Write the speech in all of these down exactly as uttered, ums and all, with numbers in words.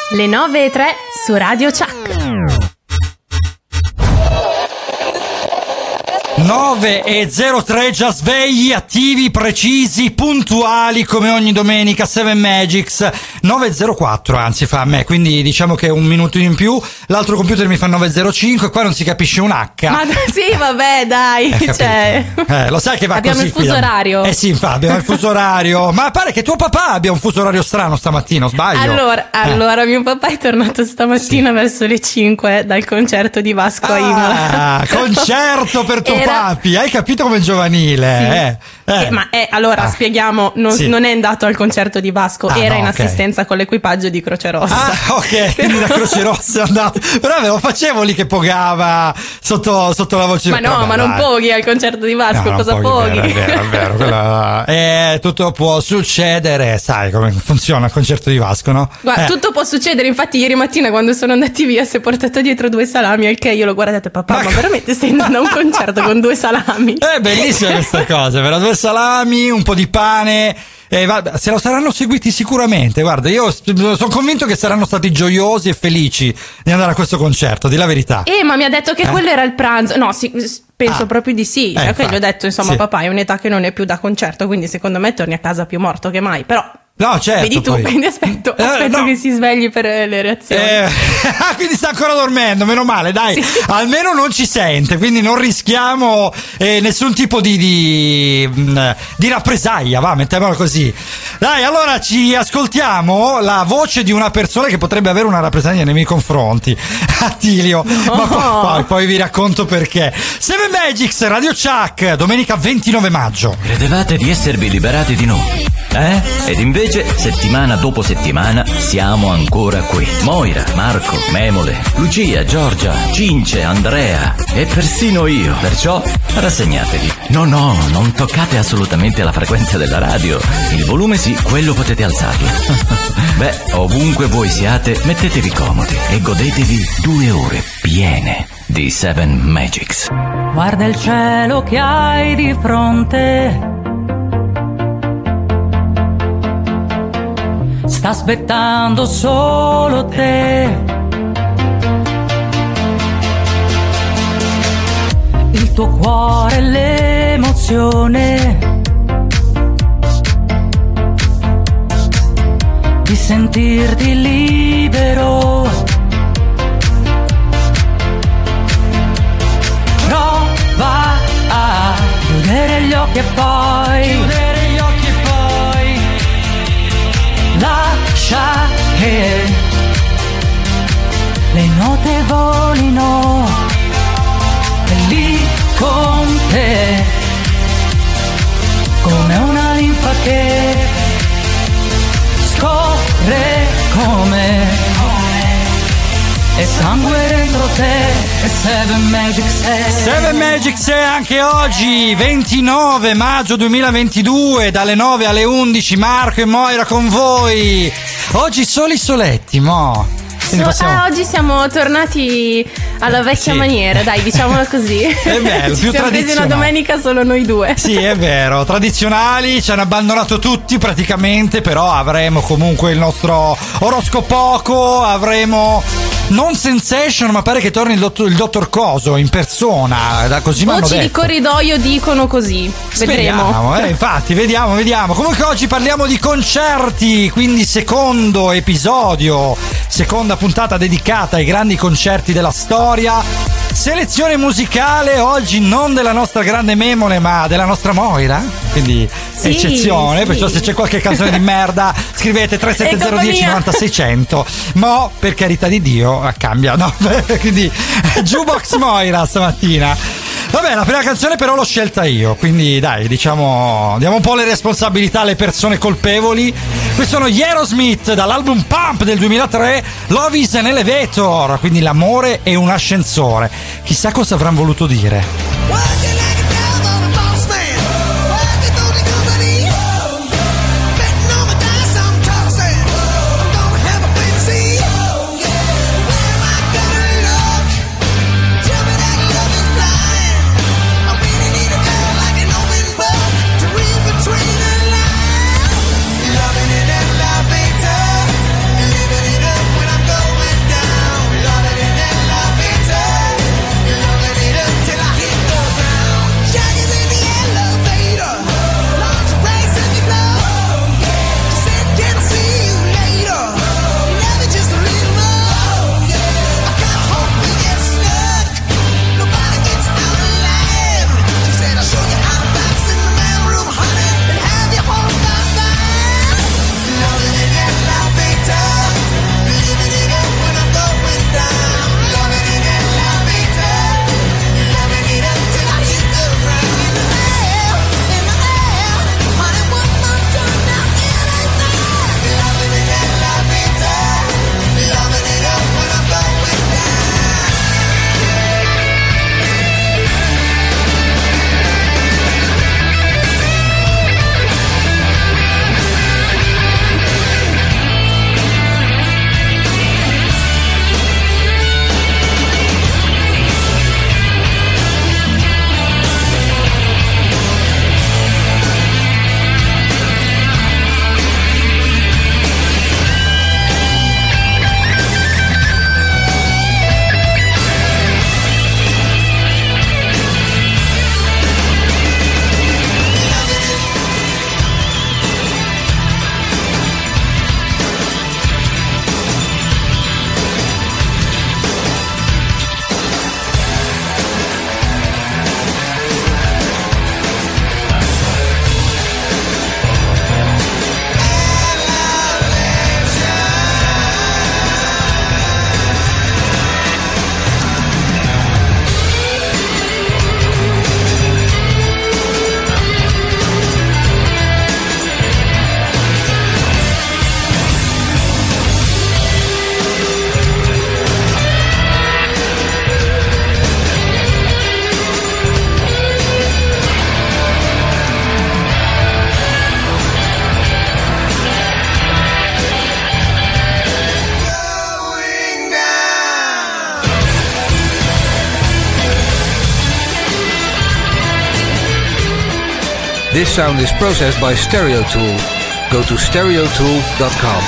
Le nove e tre su Radio Chuck. nove e zero tre, già svegli, attivi, precisi, puntuali come ogni domenica. Seven Magics nove e zero quattro, anzi fa a me, quindi diciamo che un minuto in più. L'altro computer mi fa nove e zero cinque, qua non si capisce un H. Ma sì, vabbè, dai, eh, cioè. eh, lo sai che va abbiamo così. Abbiamo il fuso qui, orario. Eh sì, infatti, abbiamo il fuso orario. Ma pare che tuo papà abbia un fuso orario strano stamattina, o sbaglio? Allora, eh. allora mio papà è tornato stamattina sì. verso le cinque dal concerto di Vasco ah, a Imola. Concerto per tuo Era... papi, hai capito come giovanile? Sì. Eh. Eh. Eh, ma è, allora ah. spieghiamo, non, sì. non è andato al concerto di Vasco, ah, era no, in okay. assistenza con l'equipaggio di Croce Rossa. Ah, ok, quindi la Croce Rossa è andata. Però me lo facevo lì che pogava sotto, sotto la voce. Ma no, Vabbè, ma non dai. poghi al concerto di Vasco, no, cosa poghi? poghi? È vero, è vero, quella... eh, tutto può succedere, sai come funziona il concerto di Vasco, no? Guarda, eh. tutto può succedere, infatti ieri mattina quando sono andati via si è portato dietro due salami, al che io l'ho guardato e ho detto, papà, ma, ma veramente stai andando a un concerto con due salami? È bellissima questa cosa, però due salami, un po' di pane. Eh, va, se lo saranno seguiti sicuramente, guarda, io sono convinto che saranno stati gioiosi e felici di andare a questo concerto, di la verità. Eh, ma mi ha detto che eh? quello era il pranzo. No, sì, penso ah. proprio di sì. Eh, cioè, che gli ho detto, insomma, sì. papà, è un'età che non è più da concerto, quindi secondo me torni a casa più morto che mai, però... No, certo. Vedi tu, poi. quindi aspetto, eh, aspetto no. che si svegli per le reazioni. Eh, quindi sta ancora dormendo, meno male, dai. Sì. Almeno non ci sente, quindi non rischiamo eh, nessun tipo di, di, di rappresaglia, va, mettiamola così. Dai, allora ci ascoltiamo la voce di una persona che potrebbe avere una rappresaglia nei miei confronti. Attilio, no. ma poi, poi, poi vi racconto perché. Seven Magics, Radio Chuck, domenica ventinove maggio. Credevate di esservi liberati di noi, eh? Ed invece, settimana dopo settimana, siamo ancora qui. Moira, Marco, Memole, Lucia, Giorgia, Cince, Andrea e persino io. Perciò rassegnatevi. No, no, non toccate assolutamente la frequenza della radio. Il volume sì, quello potete alzarlo. Beh, ovunque voi siate, mettetevi comodi e godetevi due ore piene di Seven Magics. Guarda il cielo che hai di fronte, sta aspettando solo te. Il tuo cuore, l'emozione di sentirti libero. Prova a chiudere gli occhi e poi chiudere gli occhi e poi lascia che le note volino e lì con te, come una linfa che scorre come e sangue dentro te. E Seven Magics è Seven Magics è anche oggi ventinove maggio duemilaventidue, dalle nove alle undici. Marco e Moira con voi. Oggi soli soletti, mo. So, passiamo... ah, oggi siamo tornati alla vecchia sì. maniera, dai, diciamolo così. È vero, ci più siamo presi una domenica solo noi due. Sì, è vero, tradizionali, ci hanno abbandonato tutti praticamente, però avremo comunque il nostro oroscopoco, avremo non Sensation, ma pare che torni il dottor, il dottor Coso in persona, da così mi hanno detto. Voci di corridoio dicono così, vedremo. Speriamo, eh, infatti, vediamo, vediamo. Comunque oggi parliamo di concerti, quindi secondo episodio, seconda puntata dedicata ai grandi concerti della storia. Selezione musicale oggi non della nostra grande Memole, ma della nostra Moira, quindi sì, eccezione, sì. Perciò se c'è qualche canzone di merda scrivete tre sette zero uno zero nove sei zero zero. Mo, per carità di Dio, cambia, no? Quindi Jukebox Moira stamattina. Vabbè, la prima canzone però l'ho scelta io, quindi dai, diciamo, diamo un po' le responsabilità alle persone colpevoli. Questi sono gli Aerosmith dall'album Pump del duemilatré, Love is an Elevator, quindi l'amore è un ascensore. Chissà cosa avranno voluto dire. Loving it elevator, living it up when I'm This sound is processed by Stereo Tool. Go to stereo tool dot com.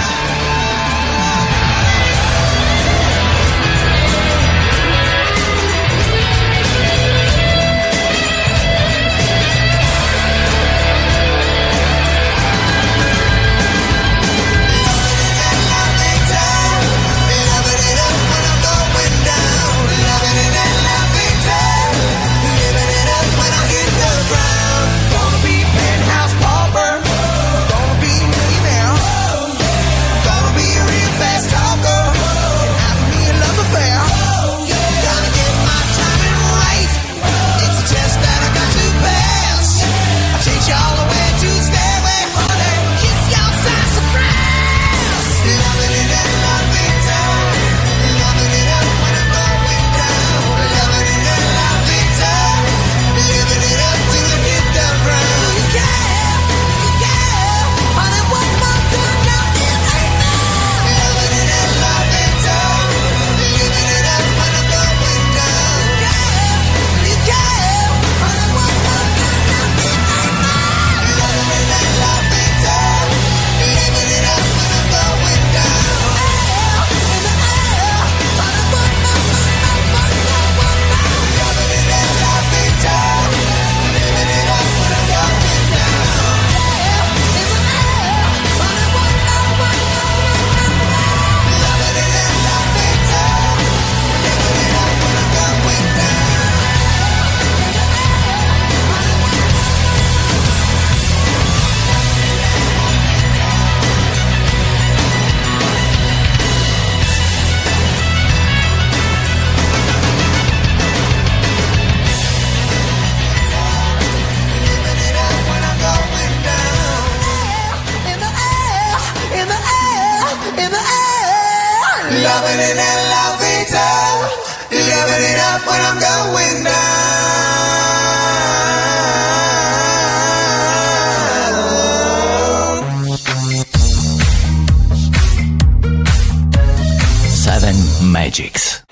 Magics.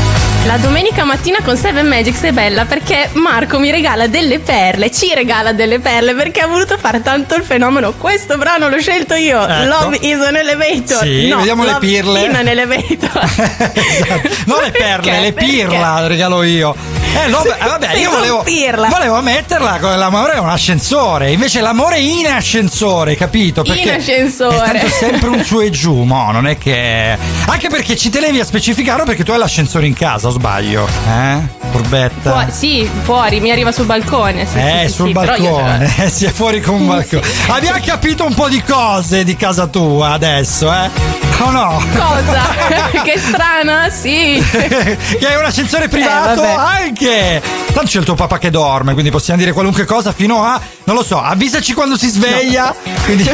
La domenica mattina con Seven Magics è bella perché Marco mi regala delle perle, ci regala delle perle perché ha voluto fare tanto il fenomeno. Questo brano l'ho scelto io, ecco. Love is an elevator. Sì, no, vediamo le pirle. In an elevator. Esatto. Non le perle, perché? le pirla le regalo io. Eh, lo, eh vabbè, io volevo, volevo metterla con l'amore è un ascensore, invece l'amore in ascensore, capito? Perché in ascensore. È tanto sempre un su e giù, mo, non è che. Anche perché ci tenevi a specificarlo perché tu hai l'ascensore in casa, o sbaglio? Eh? Furbetta. Fu- sì, fuori, mi arriva sul balcone. Sì, eh, sì, sul sì, balcone, io... eh, si è fuori con un balcone. Sì. Abbiamo capito un po' di cose di casa tua adesso, eh? O no? Cosa? Che strana, sì. Che è un ascensore privato eh, anche. Tanto c'è il tuo papà che dorme, quindi possiamo dire qualunque cosa fino a, non lo so, avvisaci quando si sveglia. No. Quindi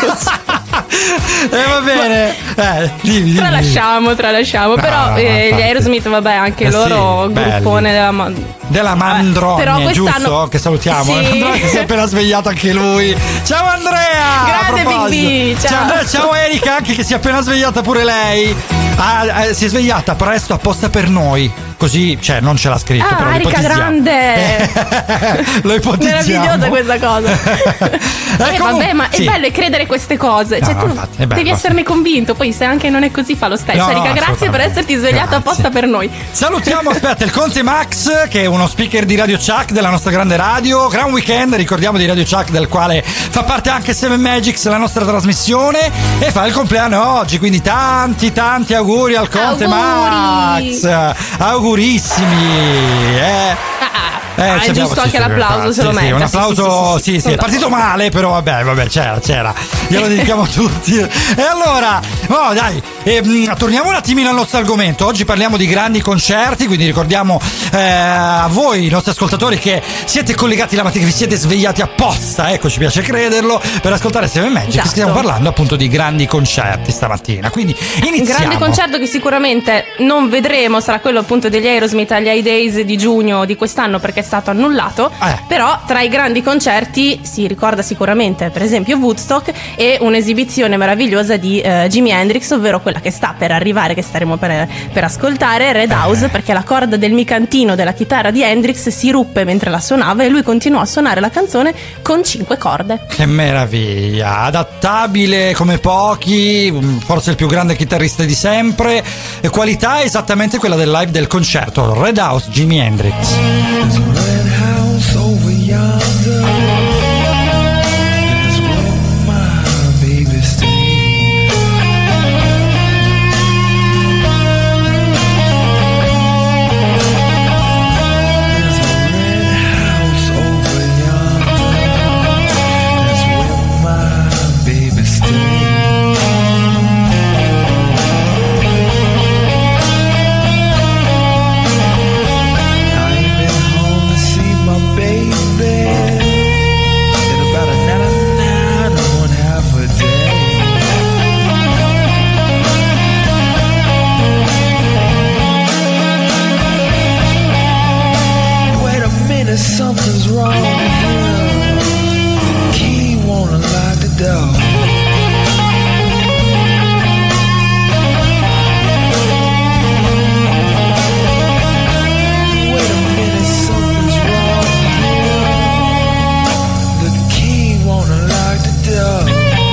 eh, va bene. Eh, dimmi, dimmi. Tralasciamo, tralasciamo. No, Però no, eh, gli Aerosmith, vabbè, anche eh loro, sì, gruppone della, ma- della Mandronia, giusto? Che salutiamo. Sì. Andrea che si è appena svegliato anche lui. Ciao Andrea! Grande Big B, ciao. Ciao, Andrea, ciao Erika, anche che si è appena svegliata pure lei. Ah, eh, si è svegliata presto apposta per noi. Così, cioè, non ce l'ha scritto, ah, però Erika grande. Lo ipotizziamo. Meravigliosa questa cosa. eh, eh vabbè, ma sì. È bello credere queste cose. Cioè, no, tu infatti, bello, devi esserne convinto. Poi, se anche non è così, fa lo stesso. No, Erika, grazie per esserti svegliato grazie. apposta per noi. Salutiamo, aspetta, il Conte Max, che è uno speaker di Radio Chuck, della nostra grande radio. Gran weekend, ricordiamo, di Radio Chuck, del quale fa parte anche Seven Magics, la nostra trasmissione. E fa il compleanno oggi. Quindi, tanti, tanti auguri al Conte auguri. Max. Augurissimi. Eh. Eh, ah, è giusto anche l'applauso, se sì, lo sì, merita. un applauso, sì, sì, sì, sì, è partito male, però vabbè, vabbè, c'era, c'era. Glielo dedichiamo tutti. E allora, oh, dai, eh, torniamo un attimino al nostro argomento. Oggi parliamo di grandi concerti, quindi ricordiamo eh, a voi, i nostri ascoltatori, che siete collegati la mattina, che vi siete svegliati apposta, ecco, ci piace crederlo, per ascoltare Seven Magic. Esatto. Stiamo parlando appunto di grandi concerti stamattina, quindi iniziamo. Un grande concerto che sicuramente non vedremo sarà quello appunto degli Aerosmith agli High Days di giugno di quest'anno, perché stato annullato, eh. però tra i grandi concerti si ricorda sicuramente per esempio Woodstock e un'esibizione meravigliosa di uh, Jimi Hendrix, ovvero quella che sta per arrivare, che staremo per, per ascoltare, Red House, eh. perché la corda del micantino della chitarra di Hendrix si ruppe mentre la suonava e lui continuò a suonare la canzone con cinque corde. Che meraviglia, adattabile come pochi, forse il più grande chitarrista di sempre, e qualità esattamente quella del live del concerto. Red House, Jimi Hendrix. There's a red house over yonder. That's where my baby stays. There's a red house over yonder. That's where my baby stays. Something's wrong here. The key won't unlock the door. Wait a minute, something's wrong here. The key won't unlock the door.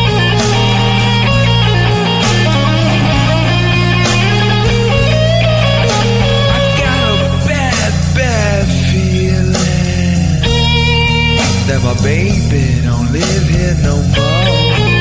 I got a bad, bad feeling that my baby don't live here no more.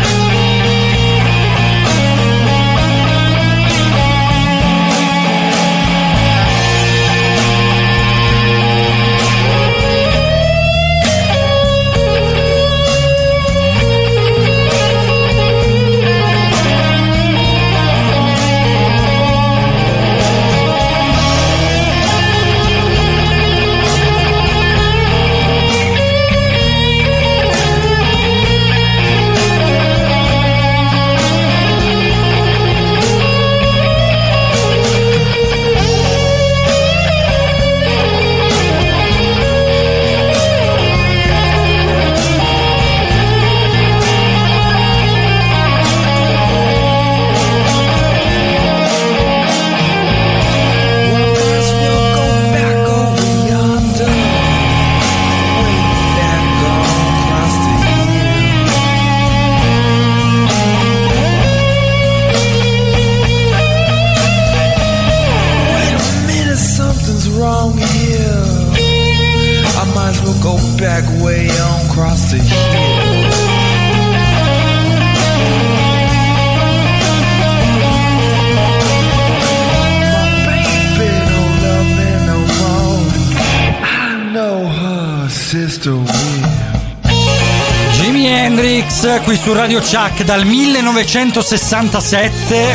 Jimi Hendrix qui su Radio Chuck dal millenovecentosessantasette.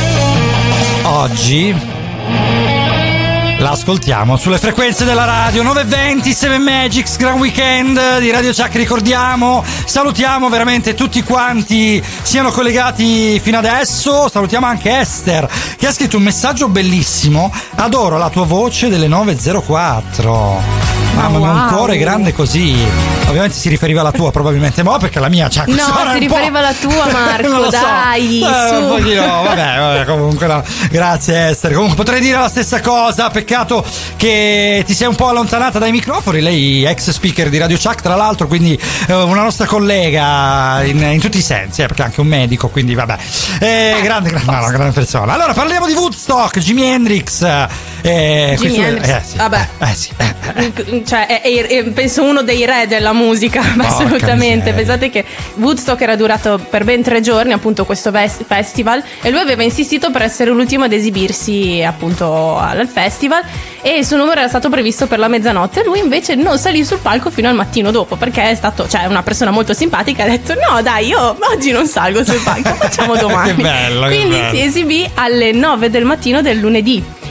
Oggi la ascoltiamo sulle frequenze della radio nove e venti, Seven Magics, Grand Weekend di Radio Chuck. Ricordiamo, salutiamo veramente tutti quanti siano collegati fino adesso. Salutiamo anche Esther che ha scritto un messaggio bellissimo: adoro la tua voce delle nove e zero quattro. Mamma mia, wow. Un cuore grande così. Ovviamente si riferiva alla tua probabilmente, ma perché la mia c'ha no, si riferiva alla tua, Marco, dai, so. eh, su. Un pochino, vabbè, vabbè, comunque no. Grazie Esther. Comunque potrei dire la stessa cosa, peccato che ti sei un po' allontanata dai microfoni. Lei ex speaker di Radio Chuck tra l'altro, quindi eh, una nostra collega in, in tutti i sensi, eh, perché è anche un medico, quindi vabbè. Eh, grande, grande, no, no, grande persona. Allora parliamo di Woodstock, Jimi Hendrix. Eh, Jimi su, Hendrix, eh, sì, vabbè. Eh, eh, sì, eh, eh. Cioè, è, è, è, penso uno dei re della musica, assolutamente. Pensate che Woodstock era durato per ben tre giorni, appunto, questo festival, e lui aveva insistito per essere l'ultimo ad esibirsi appunto al festival, e il suo numero era stato previsto per la mezzanotte. Lui invece non salì sul palco fino al mattino dopo, perché è stato, cioè, una persona molto simpatica, ha detto no dai, io oggi non salgo sul palco, facciamo domani. Che bello, quindi che bello. Si esibì alle nove del mattino del lunedì.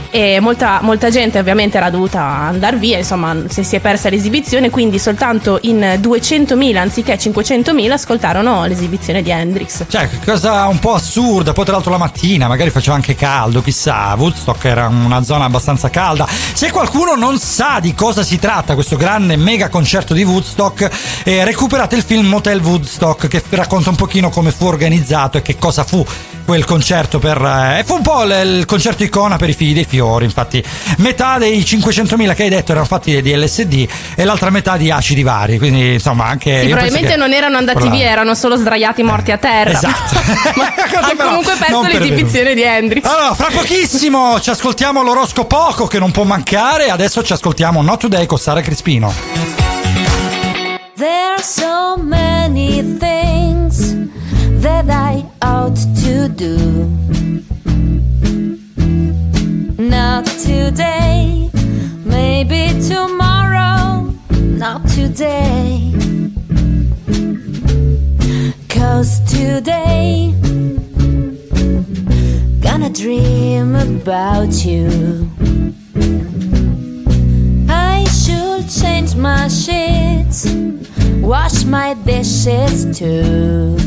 e molta, molta gente ovviamente era dovuta andare via, insomma se si è persa l'esibizione, quindi soltanto in duecentomila anziché cinquecentomila ascoltarono l'esibizione di Hendrix. Cioè, cosa un po' assurda. Poi tra l'altro la mattina magari faceva anche caldo, chissà. Woodstock era una zona abbastanza calda. Se qualcuno non sa di cosa si tratta questo grande mega concerto di Woodstock, eh, recuperate il film Motel Woodstock, che racconta un pochino come fu organizzato e che cosa fu quel concerto per eh, fu un po' l- il concerto icona per i figli dei fiori. Infatti metà dei cinquecentomila che hai detto erano fatti di L S D e l'altra metà di acidi vari, quindi insomma anche sì, probabilmente che... non erano andati Però... via, erano solo sdraiati morti a terra. Esatto. Ma ha comunque perso l'esibizione di Hendrix. Allora, fra pochissimo ci ascoltiamo l'oroscopo che non può mancare. Adesso ci ascoltiamo Not Today con Sara Crispino. There are so many things that I ought to do. Not today, maybe tomorrow, not today. 'Cause today, gonna dream about you. I should change my sheets, wash my dishes too.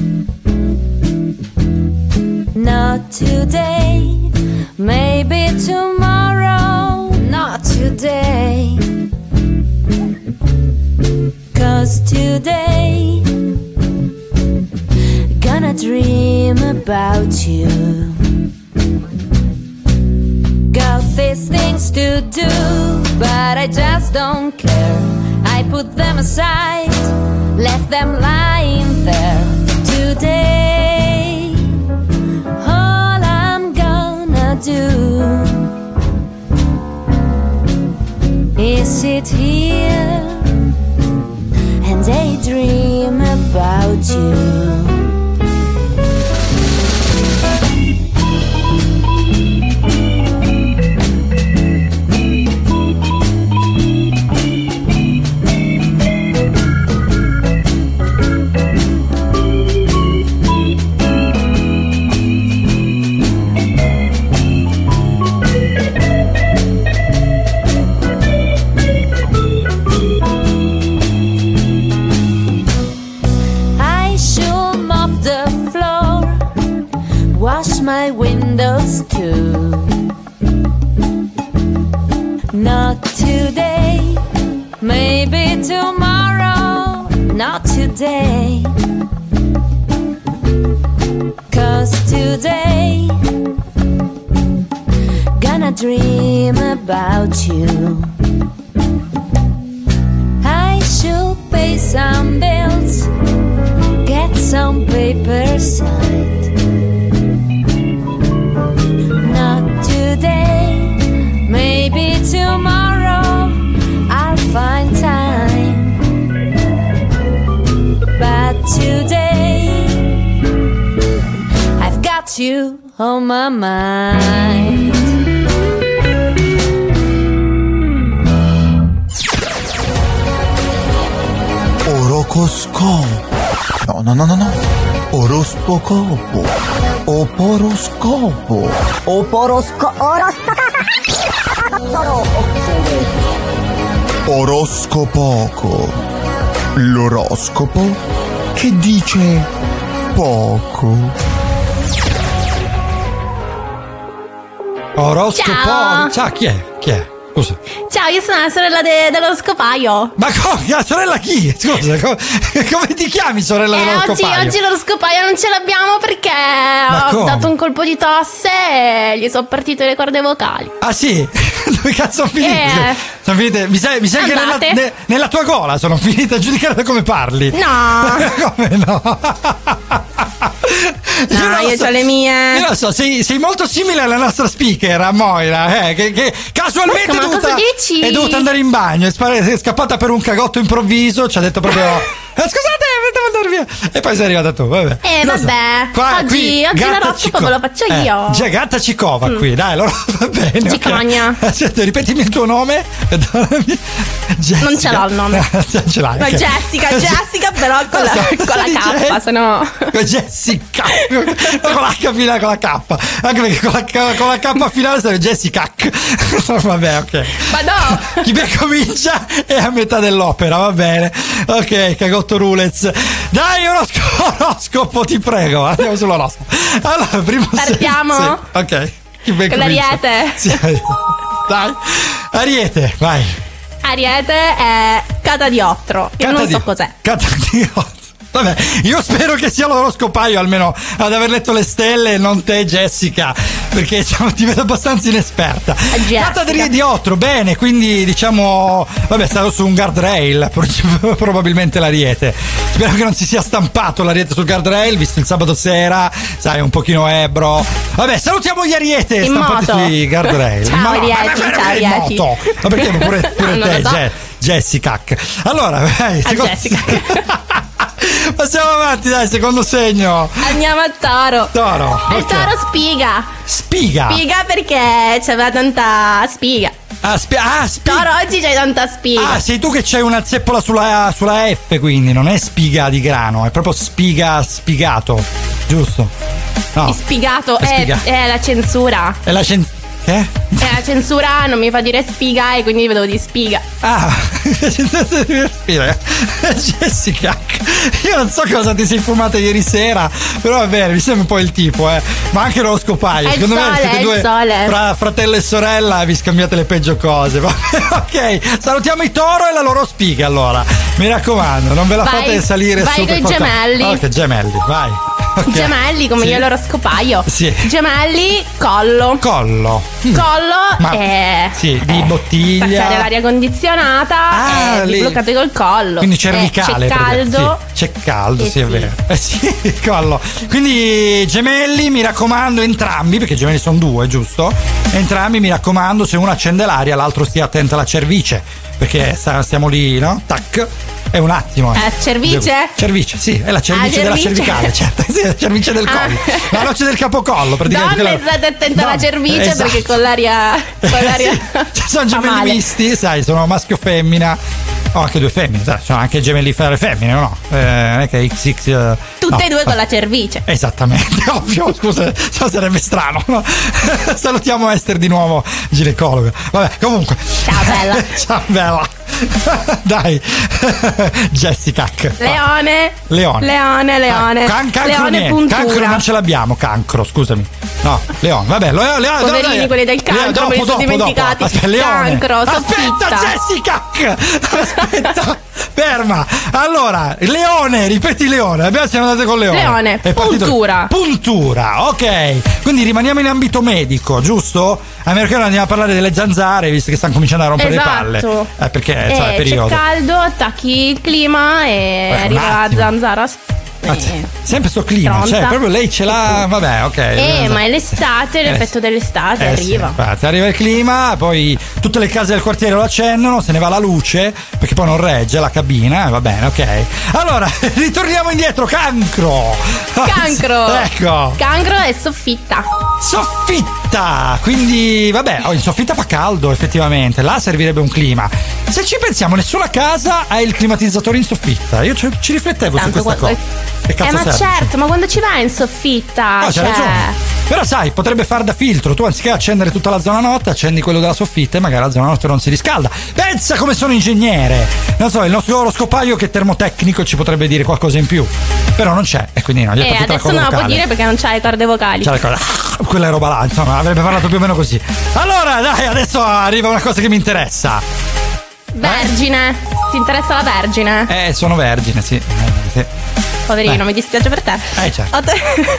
Not today, maybe tomorrow, not today. 'Cause today, gonna dream about you. Got these things to do, but I just don't care. I put them aside, left them lying there. Today, all I'm gonna do is sit here and daydream about you. My windows too. Not today, maybe tomorrow, not today. 'Cause today, gonna dream about you. I should pay some bills, get some paper signed. Maybe tomorrow I'll find time, but today I've got you on my mind. Orocoscopo. No, no, no, no, no. Oroscopo. Oporoscopo. Oporosco. Oroscopo. Oroscopoco. L'oroscopo che dice poco. Oroscopo. Ciao. Ciao, chi è? Chi è? Scusa. Ciao, io sono la sorella de- dell'oroscopaio. Ma come? La sorella chi? Scusa, come, come ti chiami sorella eh, dell'oroscopaio? Oggi, oggi l'oroscopaio non ce l'abbiamo perché Ma ho come? dato un colpo di tosse e gli sono partite le corde vocali. Ah sì? Dove cazzo sono finite? Eh. Sono finite? Mi sa, mi sa che nella, ne, nella tua gola sono finite a giudicare da come parli. No. Come no? No, io, io so, ho le mie. Io lo so, sei, sei molto simile alla nostra speaker, a Moira, eh, che, che casualmente Marco, è, dovuta, è dovuta andare in bagno, è, spar- è scappata per un cagotto improvviso, ci ha detto proprio... Eh, scusate, mandare via. E poi sei arrivata tu, vabbè. Eh vabbè, Qua, oggi, qui, oggi l'oroscopo ve lo faccio eh, io. C'è Gatta Cicova mm. qui, dai, allora va bene. Cicogna. Okay. Aspetta, ripetimi il tuo nome. Jessica. Non ce l'ho il nome. Ce l'hai. Ma okay. Jessica, Jessica però con la, so, con la K, se no. Jessica. Con la H finale, con la K. Anche perché con la, con la K finale sarebbe Jessica. Vabbè, ok. Ma no! Chi ben comincia è a metà dell'opera, va bene. Ok, cagotto rulez. Dai, oroscopo, oroscopo, ti prego. Andiamo sull'oroscopo. Allora, primo partiamo? Sì, ok. Chi ben con comincia. l'Ariete. Sì. Dai. Ariete, vai. Ariete è Catadioptro. Io non so cos'è. Catadioptro. Vabbè, io spero che sia l'oroscopaio almeno ad aver letto le stelle e non te, Jessica, perché diciamo, ti vedo abbastanza inesperta. Catadioptro, bene, quindi diciamo, vabbè, stavo su un guardrail, probabilmente l'Ariete. Spero che non si sia stampato l'Ariete sul guardrail, visto il sabato sera, sai, un pochino ebbro. Vabbè, salutiamo gli Ariete in stampati moto. sui guardrail. Ciao, ma, Ariete, ma, ma, ciao, Ariete. moto. Ma perché pure, pure no, te, so. Je- Jessica. Allora, vai, secondo... Jessica. Passiamo avanti, dai, secondo segno. Andiamo a Toro. Toro. Il Okay. Toro spiga. Spiga. Spiga perché c'aveva tanta spiga. Ah, spi- ah spiga. Toro oggi c'hai tanta spiga. Ah, sei tu che c'hai una zeppola sulla, sulla F, quindi non è spiga di grano, è proprio spiga spigato, giusto? No. Spigato, è, è, spiga. è la censura. È la censura. Che? È la censura, non mi fa dire spiga e quindi vedo di spiga. Ah, Jessica, io non so cosa ti sei fumata ieri sera, però va bene, mi sembra un po' il tipo, eh. Ma anche l'oroscopaio. È Secondo il me sole, siete è due il sole. fra fratello e sorella vi scambiate le peggio cose. Ok, salutiamo i Toro e la loro spiga allora. Mi raccomando, non ve la vai, fate salire vai su coi per gemelli. Ok, gemelli, vai. Okay. Gemelli come sì. io l'oroscopaio. Sì. Gemelli, collo. Collo. Collo Ma, è sì, di eh, bottiglia. Staccare l'aria condizionata Ah, e lì. bloccate col collo. Quindi cervicale. Eh, c'è caldo. Sì, c'è caldo, Eh sì, è sì. vero. Eh sì, collo. Quindi gemelli, mi raccomando, entrambi, perché gemelli sono due, giusto? Entrambi, mi raccomando, se uno accende l'aria, l'altro stia attento alla cervice, perché stiamo lì, no? Tac. È un attimo. Eh, cervice? Cervice, sì, è la cervice ah, della cervice. cervicale, certo. Sì, la cervice del collo. Ah. La noce del capocollo, praticamente. Donne, quella... state attente alla no, cervice esatto. perché con l'aria. Con l'aria sì. Ci sono fa gemelli male. misti, sai, sono maschio e femmina. Oh, anche due femmine, sai, sono anche gemelli fra le femmine, no? Eh, non è che X X. Uh, Tutte no. e due con la cervice. Esattamente, ovvio, scusa, so sarebbe strano. No? Salutiamo Esther di nuovo, ginecologa. Vabbè, comunque. Ciao bella. Ciao bella. Dai, Jessica. Leone. Leone. Leone, leone. Ah, can- cancro leone niente. puntura. Cancro non ce l'abbiamo, cancro, scusami. No, leone, vabbè, lo, leone, Poverini dai, quelli del cancro, dopo, me li sono dopo, dimenticati. dopo. Aspetta, leone. Cancro, Aspetta, soffitta. Jessica. Aspetta, ferma. Allora, leone, ripeti leone. Abbiamo siamo andate con leone. Leone, È partito- puntura. Puntura, ok. Quindi rimaniamo in ambito medico, giusto? A meno che non andiamo a parlare delle zanzare, visto che stanno cominciando a rompere Esatto. le palle. Eh, perché Eh, so, è periodo. c'è caldo, attacchi il clima e un arriva la attimo. zanzara. Ah, eh, sempre sto clima, Stronza. cioè proprio lei ce l'ha, vabbè, ok. Eh, ma è l'estate, Eh, l'effetto dell'estate Eh sì, arriva. infatti, arriva il clima, poi tutte le case del quartiere lo accendono, se ne va la luce, perché poi non regge la cabina, eh, va bene, ok. Allora, ritorniamo indietro, cancro. Cancro. Ecco. Cancro e soffitta. Soffitta, quindi vabbè, oh, in soffitta fa caldo effettivamente, là servirebbe un clima. Se ci pensiamo, nessuna casa ha il climatizzatore in soffitta. Io ci, ci riflettevo Tanto su questa qua- cosa. Che cazzo eh, ma serve? certo, ma quando ci vai in soffitta? No, c'è cioè... ragione. Però sai, potrebbe far da filtro. Tu anziché accendere tutta la zona notte, accendi quello della soffitta e magari la zona notte non si riscalda. Pensa come sono ingegnere. Non so, il nostro oroscopaio che termotecnico ci potrebbe dire qualcosa in più. Però non c'è. E quindi no, gli è Eh, partita la adesso corda non la può vocale. dire perché non c'ha le corde vocali. C'è la cosa. Quella è roba là, insomma, avrebbe parlato più o meno così. Allora, dai, adesso arriva una cosa che mi interessa. Vergine. Ti interessa la vergine? Eh, sono vergine, sì. Eh, sì. Poverino, Beh. mi dispiace per te. Eh, certo. Ho,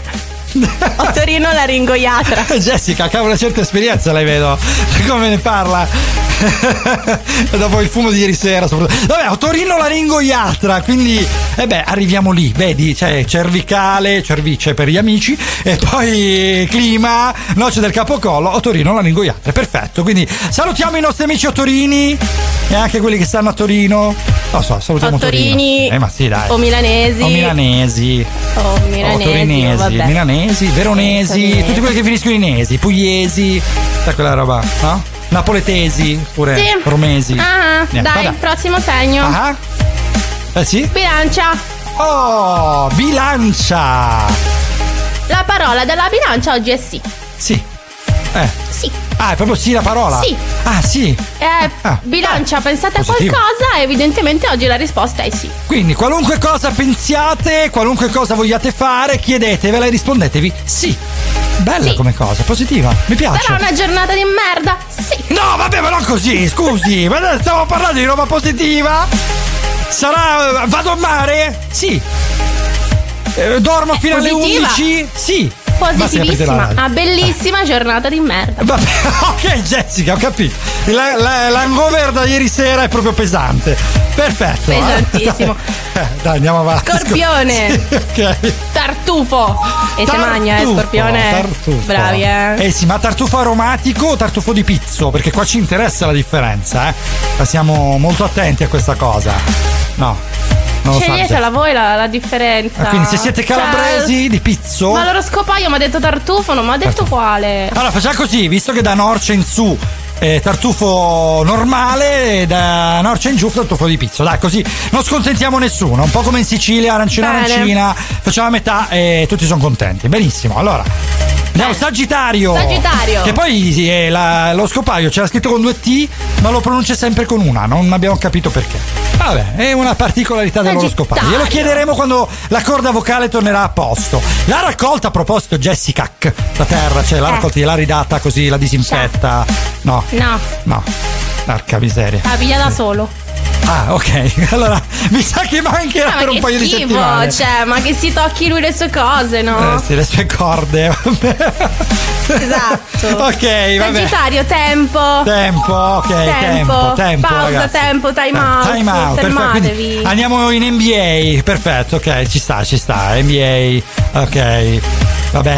to- Ho Torino laringoiatra. Jessica, che ha una certa esperienza, lei vedo. Come ne parla? Dopo il fumo di ieri sera, soprattutto. Vabbè, ho Torino laringoiatra, quindi E beh, arriviamo lì, vedi, c'è cervicale, cervice per gli amici, e poi clima, noce del capocollo, Otorino, la lingoiatra. Perfetto, quindi salutiamo i nostri amici otorini e anche quelli che stanno a Torino. Non so, salutiamo Otorini, Torino. Eh, ma sì, dai. O milanesi. O milanesi. O milanesi. O torinesi, vabbè. milanesi, veronesi, Torinesi. tutti quelli che finiscono in esi, pugliesi, sai quella roba, no? Napoletesi, pure Sì. romesi. Ah, Niente, dai, vabbè. prossimo segno. Ah. Eh sì? Bilancia. Oh, bilancia. La parola della bilancia oggi è sì. Sì. Eh. Sì. Ah, è proprio sì la parola? Sì. Ah, sì. Eh, Ah, bilancia, ah, pensate positivo. a qualcosa? Evidentemente oggi la risposta è sì. Quindi qualunque cosa pensiate, qualunque cosa vogliate fare, chiedetevela e rispondetevi sì. Bella Sì. come cosa, positiva, mi piace. Però una giornata di merda, sì. No, vabbè, ma non così, scusi, ma noi stiamo parlando di roba positiva? Sarà. Vado al mare? Sì. Eh, dormo fino alle positiva. undici? Sì. Ma si aprite la Positivissima. radio. Una bellissima giornata di merda. Vabbè, ok Jessica, ho capito. La, la, l'hangover da ieri sera è proprio pesante. Perfetto. Pesantissimo. Eh, dai, andiamo avanti. Scorpione. Sì, ok. Tartufo. E se magna, eh, Tartufo, scorpione. Tartufo. Bravi, eh. Eh sì, ma tartufo aromatico o tartufo di pizzo? Perché qua ci interessa la differenza, eh. Siamo molto attenti a questa cosa. No. Non lo so, Sceglietela voi la, la differenza. Ah, quindi se siete calabresi Cioè, di pizzo. ma l'oroscopaio mi ha detto tartufo, non mi ha detto quale. Allora facciamo così, visto che da Norcia in su eh, tartufo normale, e da Norcia in giù tartufo di pizzo. Dai, così non scontentiamo nessuno. Un po' come in Sicilia, arancina Bene. arancina, facciamo a metà e tutti sono contenti. Benissimo, allora. Andiamo, Sagittario. Sagittario. Che poi sì, eh, la- lo scopaio c'era scritto con due T, ma lo pronuncia sempre con una, non abbiamo capito perché. Vabbè, è una particolarità dell'oroscopaio. Glielo chiederemo quando la corda vocale tornerà a posto. La raccolta, a proposito, Jessica, la terra, cioè la Eh. raccolta gliel'ha ridata così, la disinfetta. No, No, no. Porca miseria. la piglia da solo. Ah, ok. Allora, mi sa che mancherà Ah, per ma un che paio di schifo, settimane. cioè, ma che si tocchi lui le sue cose, no? Eh, sì, le sue corde. Esatto. Ok, vabbè. Sagittario, tempo. Tempo, ok, tempo, Tempo, tempo, pausa, ragazzi. tempo, time Eh, out, time out, perfetto. fermatevi. Quindi andiamo in N B A, perfetto, ok, ci sta, ci sta, N B A, ok, vabbè.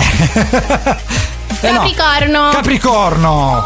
Eh no, Capricorno. Capricorno.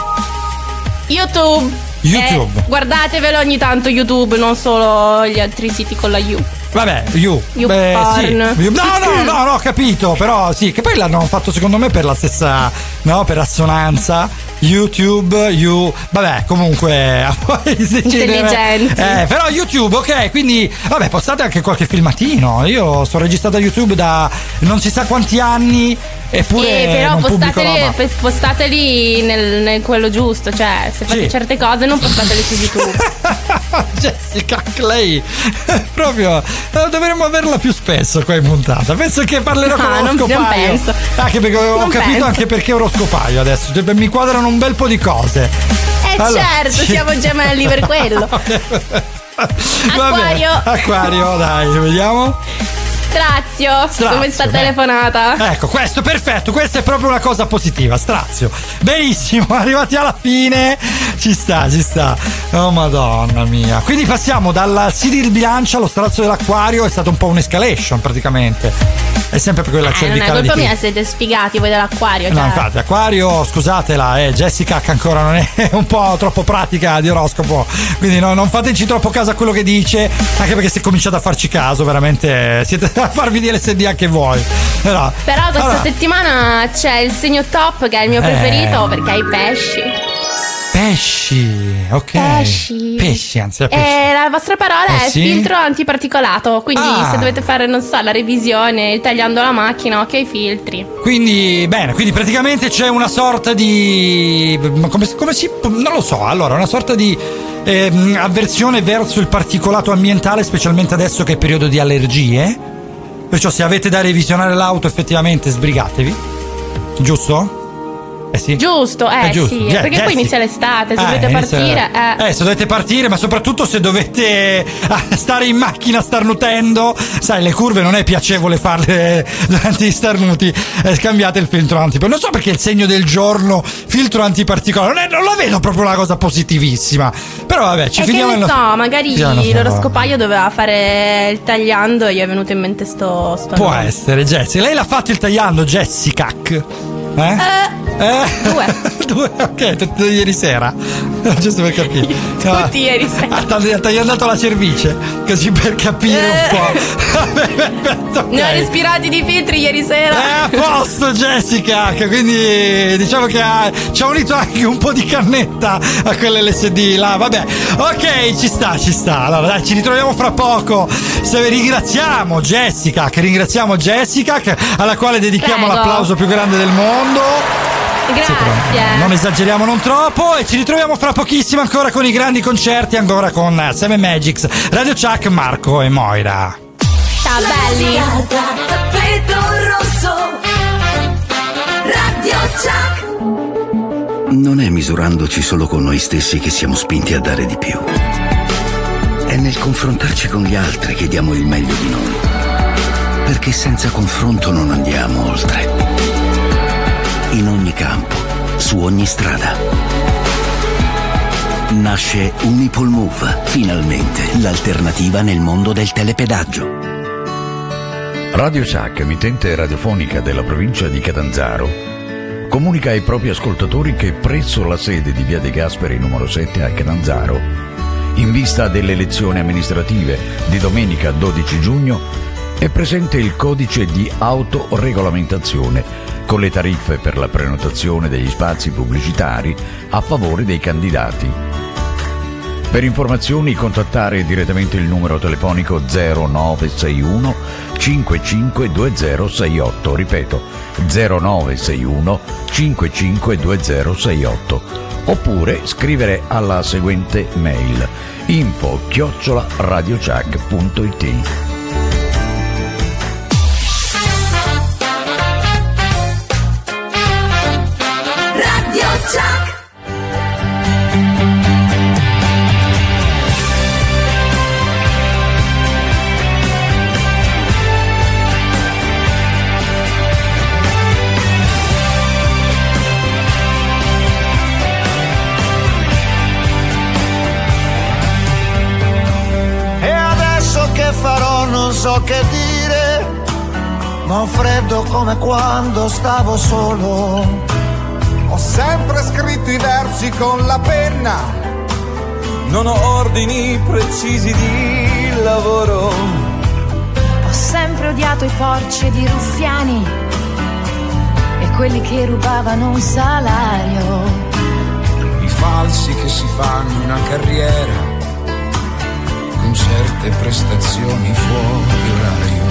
YouTube. YouTube. Eh, guardatevelo ogni tanto YouTube, non solo gli altri siti con la U. Vabbè, you. You Beh, sì. porn. You- No, no, no, no, ho capito, però sì, che poi l'hanno fatto secondo me per la stessa, no, per assonanza. YouTube, you, vabbè, comunque a voi decidere. Intelligenti. Eh, però YouTube, ok, quindi vabbè, postate anche qualche filmatino. Io sono registrato a YouTube da non si sa quanti anni, eppure Eh, però non pubblico postateli, roba. pe- postateli nel, nel quello giusto, cioè se fate Sì. certe cose non postatele su YouTube. Jessica Clay, proprio eh, dovremmo averla più spesso qua in puntata. Penso che parlerò No, con non- l'oroscopaio. non penso. Anche perché ho Non capito penso. anche perché oroscopaio adesso. Cioè, mi quadrano un bel po' di cose. Eh Allora, certo, sì. siamo gemelli per quello. Va Acquario. bene, Acquario, dai, vediamo. Strazio, Strazio, come sta beh. telefonata? Ecco, questo perfetto, questa è proprio una cosa positiva, strazio. Benissimo, arrivati alla fine. Ci sta, ci sta. Oh madonna mia. Quindi passiamo dal sì di bilancia allo strazio dell'acquario, è stato un po' un'escalation praticamente. È sempre per quella Eh, non è cervicale di colpa mia, più. siete sfigati voi dell'acquario. No, Cioè. infatti, Acquario, scusatela, eh, Jessica che ancora non è un po' troppo pratica di oroscopo, quindi no, non fateci troppo caso a quello che dice, anche perché se cominciate a farci caso, veramente siete a farvi di L S D anche voi. Però, Però questa allora, settimana c'è il segno top che è il mio Eh. preferito perché ha i pesci. pesci, ok. Pesci. Pesci, anzi, è pesci. E la vostra parola Eh, è sì? filtro antiparticolato. Quindi Ah. se dovete fare, non so, la revisione, il tagliando la macchina, occhio ai filtri. Quindi, bene, quindi praticamente c'è una sorta di. ma Come, come si. Non lo so, allora, una sorta di ehm, avversione verso il particolato ambientale, specialmente adesso che è periodo di allergie. Perciò, se avete da revisionare l'auto, effettivamente sbrigatevi. Giusto? Eh sì. Giusto, eh, È giusto. sì, Ge- perché Jessica. poi inizia l'estate, se Eh, dovete inizia- partire. Eh. Eh, se dovete partire, ma soprattutto se dovete ah, stare in macchina starnutendo, sai, le curve non è piacevole farle durante gli starnuti, eh, scambiate il filtro antiparticolare. Non so perché il segno del giorno, filtro antiparticolare, non, è, non la vedo proprio una cosa positivissima. Però vabbè, ci E finiamo che ne il so, nostro- magari finiamo il nostro- l'oroscopaio doveva fare il tagliando e gli è venuto in mente sto, sto Può nome. essere, Jessica. Lei l'ha fatto il tagliando, Jessica. Eh? Eh, Eh? due. Due, ok, tutto ieri sera. Giusto per capire. Tutti ieri sera. Ah, t'ha- t'ha andato la cervice, così per capire Eh. un po'. Vabbè, perfetto, ok. Ne ho respirati di filtri ieri sera. È a posto, Jessica. che Quindi diciamo che ha, ci ha unito anche un po' di cannetta a quell'L S D là. Vabbè, ok, ci sta, ci sta. Allora, dai, ci ritroviamo fra poco. Se ringraziamo Jessica, che ringraziamo Jessica, che- alla quale dedichiamo Prego. l'applauso più grande del mondo. Grazie. Non esageriamo non troppo e ci ritroviamo fra pochissimo ancora con i grandi concerti, ancora con Seven Magics, Radio Chuck, Marco e Moira. Ciao belli. Tappeto rosso, Radio Chuck. Non è misurandoci solo con noi stessi che siamo spinti a dare di più. È nel confrontarci con gli altri che diamo il meglio di noi. Perché senza confronto non andiamo oltre. In ogni campo, su ogni strada. Nasce Unipol-Move, finalmente l'alternativa nel mondo del telepedaggio. Radio Chuck, emittente radiofonica della provincia di Catanzaro, comunica ai propri ascoltatori che presso la sede di Via De Gasperi numero sette a Catanzaro, in vista delle elezioni amministrative di domenica dodici giugno, è presente il codice di autoregolamentazione con le tariffe per la prenotazione degli spazi pubblicitari a favore dei candidati. Per informazioni contattare direttamente il numero telefonico zero nove sei uno cinque cinque due zero sei otto, ripeto zero nove sei uno cinque cinque due zero sei otto, oppure scrivere alla seguente mail info chiocciola radiochuck punto it. Radio Chuck. E adesso che farò non so che dire, ma ho freddo come quando stavo solo. Ho sempre scritto i versi con la penna, non ho ordini precisi di lavoro. Ho sempre odiato i porci ed i ruffiani e quelli che rubavano un salario. I falsi che si fanno una carriera con certe prestazioni fuori orario.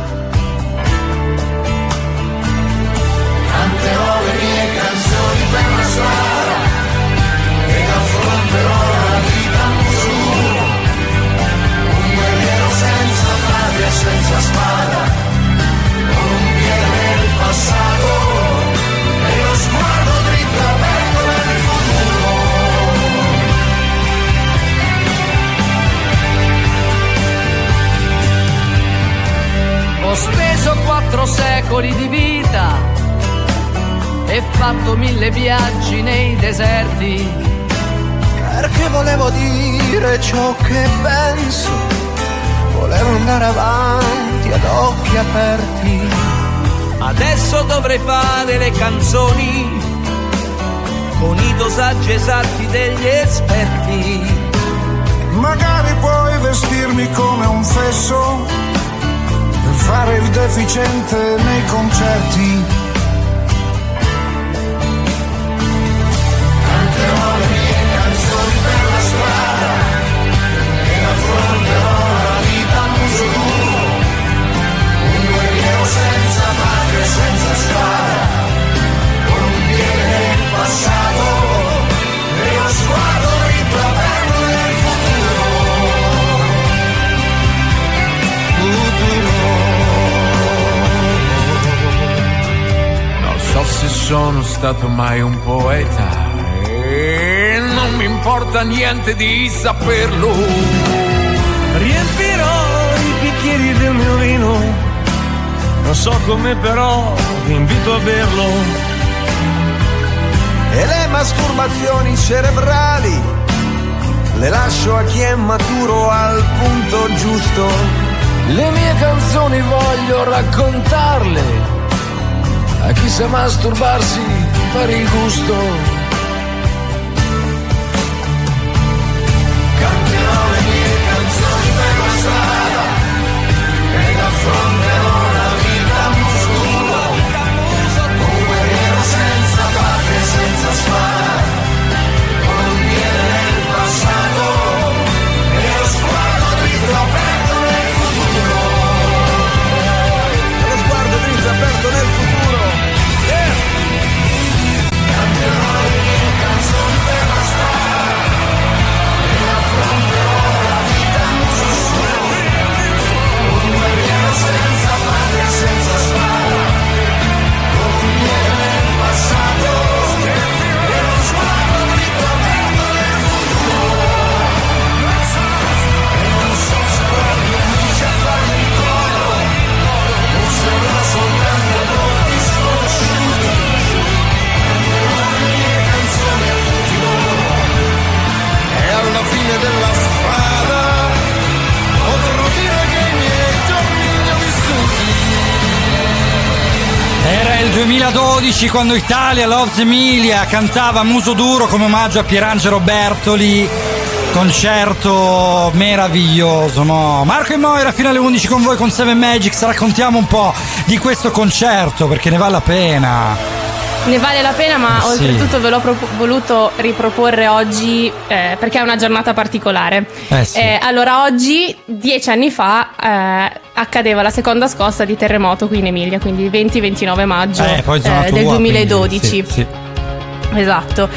Canterò le mie canzoni per la strada ed affronterò la vita a misura. Un guerriero senza patria e senza spada, con un piede nel passato e lo sguardo dritto aperto nel futuro. Ho speso quattro secoli di vita e fatto mille viaggi nei deserti, Perché volevo dire ciò che penso, volevo andare avanti ad occhi aperti. adesso dovrei fare le canzoni con i dosaggi esatti degli esperti. Magari puoi vestirmi come un fesso per fare il deficiente nei concerti. Canterò le mie canzoni per la strada ed affronterò la vita a muso duro. Un guerriero senza patria e senza strada, con un piede nel passato e lo sguardo dritto aperto nel futuro. Futuro. sono stato mai un poeta e non mi importa niente di saperlo. Riempirò i bicchieri del mio vino, non so come però vi invito a berlo. E le masturbazioni cerebrali le lascio a chi è maturo al punto giusto. Le mie canzoni voglio raccontarle a chi sa masturbarsi per il gusto. Canterò le mie canzoni per la strada ed affronterò la vita a muso duro, un guerriero senza patria e senza spada, con un piede nel passato e lo sguardo dritto aperto nel futuro. Lo sguardo dritto aperto nel futuro. Yeah. Canterò le mie canzoni per la strada ed affronterò la vita a muso duro, un guerriero senza patria e senza spada, con un piede nel passato e lo sguardo dritto aperto nel futuro. E non so se voglio amici a farmi il coro, o sarò soltanto molti sconosciuti. Canterò le mie canzoni a tutti loro E alla fine della strada potrò dire che i miei giorni li ho vissuti. Era il duemiladodici quando Italia Loves Emilia cantava Muso Duro come omaggio a Pierangelo Bertoli. Concerto meraviglioso, no? Marco e Moira fino alle undici con voi con Seven Magics. Raccontiamo un po' di questo concerto perché ne vale la pena. Ne vale la pena, ma Eh, sì. oltretutto ve l'ho pro- voluto riproporre oggi eh, perché è una giornata particolare. Eh, sì. Eh, allora, oggi, dieci anni fa, eh, accadeva la seconda scossa di terremoto qui in Emilia, quindi venti ventinove maggio Eh, poi zona eh, tua, del quindi, duemiladodici. sì, sì. Esatto,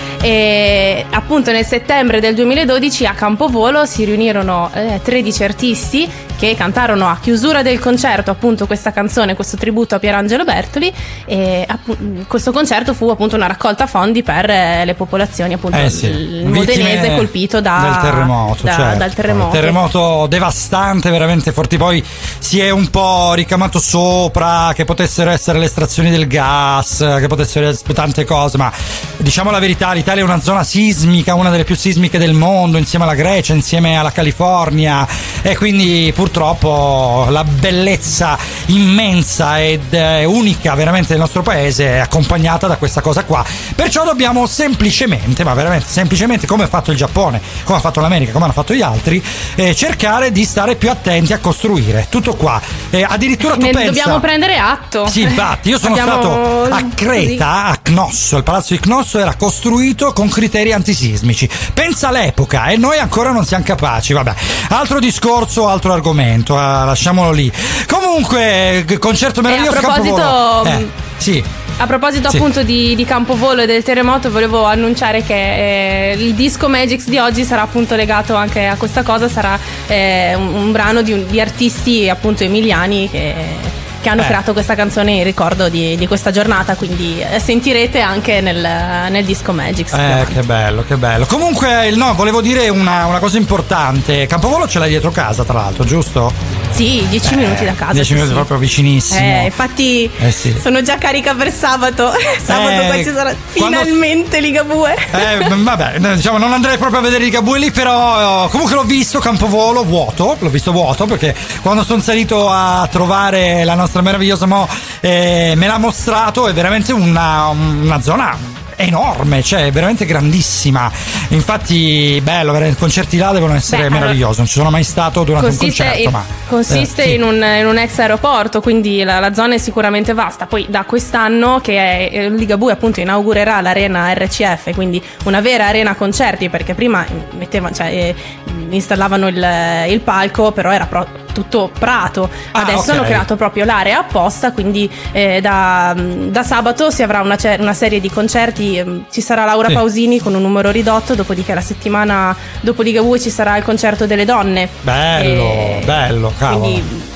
e appunto nel settembre del duemiladodici a Campovolo si riunirono eh, tredici artisti che cantarono a chiusura del concerto appunto questa canzone, questo tributo a Pierangelo Bertoli, e appu- questo concerto fu appunto una raccolta fondi per eh, le popolazioni, appunto Eh sì, il vittime modenese colpito da, del terremoto, da- certo. dal terremoto. Terremoto devastante, veramente forti. Poi si è un po' ricamato sopra che potessero essere le estrazioni del gas, che potessero essere tante cose, ma diciamo la verità, l'Italia è una zona sismica, una delle più sismiche del mondo, insieme alla Grecia, insieme alla California, e quindi purtroppo la bellezza immensa ed eh, unica veramente del nostro paese è accompagnata da questa cosa qua. Perciò dobbiamo semplicemente, ma veramente semplicemente, come ha fatto il Giappone, come ha fatto l'America, come hanno fatto gli altri, eh, cercare di stare più attenti a costruire. Tutto qua. Eh, addirittura tu Ne pensa... dobbiamo prendere atto. Sì, infatti, io sono Abbiamo- stato a Creta, a Cnosso, il palazzo di Cnosso era costruito con criteri antisismici. Pensa all'epoca e noi ancora non siamo capaci, vabbè. Altro discorso, altro argomento, eh, lasciamolo lì. Comunque, g- concerto meraviglioso. E a proposito- Campovolo. Eh, sì. A proposito Sì. appunto di, di Campovolo e del terremoto, volevo annunciare che eh, il disco Magics di oggi sarà appunto legato anche a questa cosa, sarà eh, un, un brano di, un- di artisti appunto emiliani che, che hanno Eh. creato questa canzone in ricordo di, di questa giornata, quindi eh, sentirete anche nel, nel disco Magics. Eh, che bello, che bello. Comunque, il- no, volevo dire una, una cosa importante. Campovolo ce l'hai dietro casa, tra l'altro, giusto? Sì, dieci minuti da casa. dieci sì, minuti sì. proprio vicinissimo. Eh, infatti Eh, sì. sono già carica per sabato. Sabato Eh, poi ci sarà quando- finalmente Ligabue. Eh, vabbè, diciamo non andrei proprio a vedere i Ligabue lì, però eh, comunque l'ho visto Campovolo vuoto, l'ho visto vuoto perché quando sono salito a trovare la nostra meravigliosa Mo eh, me l'ha mostrato, è veramente una, una zona enorme, cioè è veramente grandissima. Infatti bello, veramente, i concerti là devono essere Beh, allora, meravigliosi, non ci sono mai stato durante un Consiste, concerto, in, ma consiste eh, sì. in, un, in un ex aeroporto, quindi la, la zona è sicuramente vasta. Poi da quest'anno che è, eh, Ligabue appunto inaugurerà l'arena R C F, quindi una vera arena concerti, perché prima metteva, cioè, eh, installavano il, il palco, però era pro- tutto prato. Ah, Adesso ok. hanno creato proprio l'area apposta, quindi eh, da, da sabato si avrà una, ce- una serie di concerti. ehm, Ci sarà Laura Sì. Pausini con un numero ridotto, dopodiché la settimana dopo Ligabue ci sarà il concerto delle donne. Bello, E bello, cavolo. quindi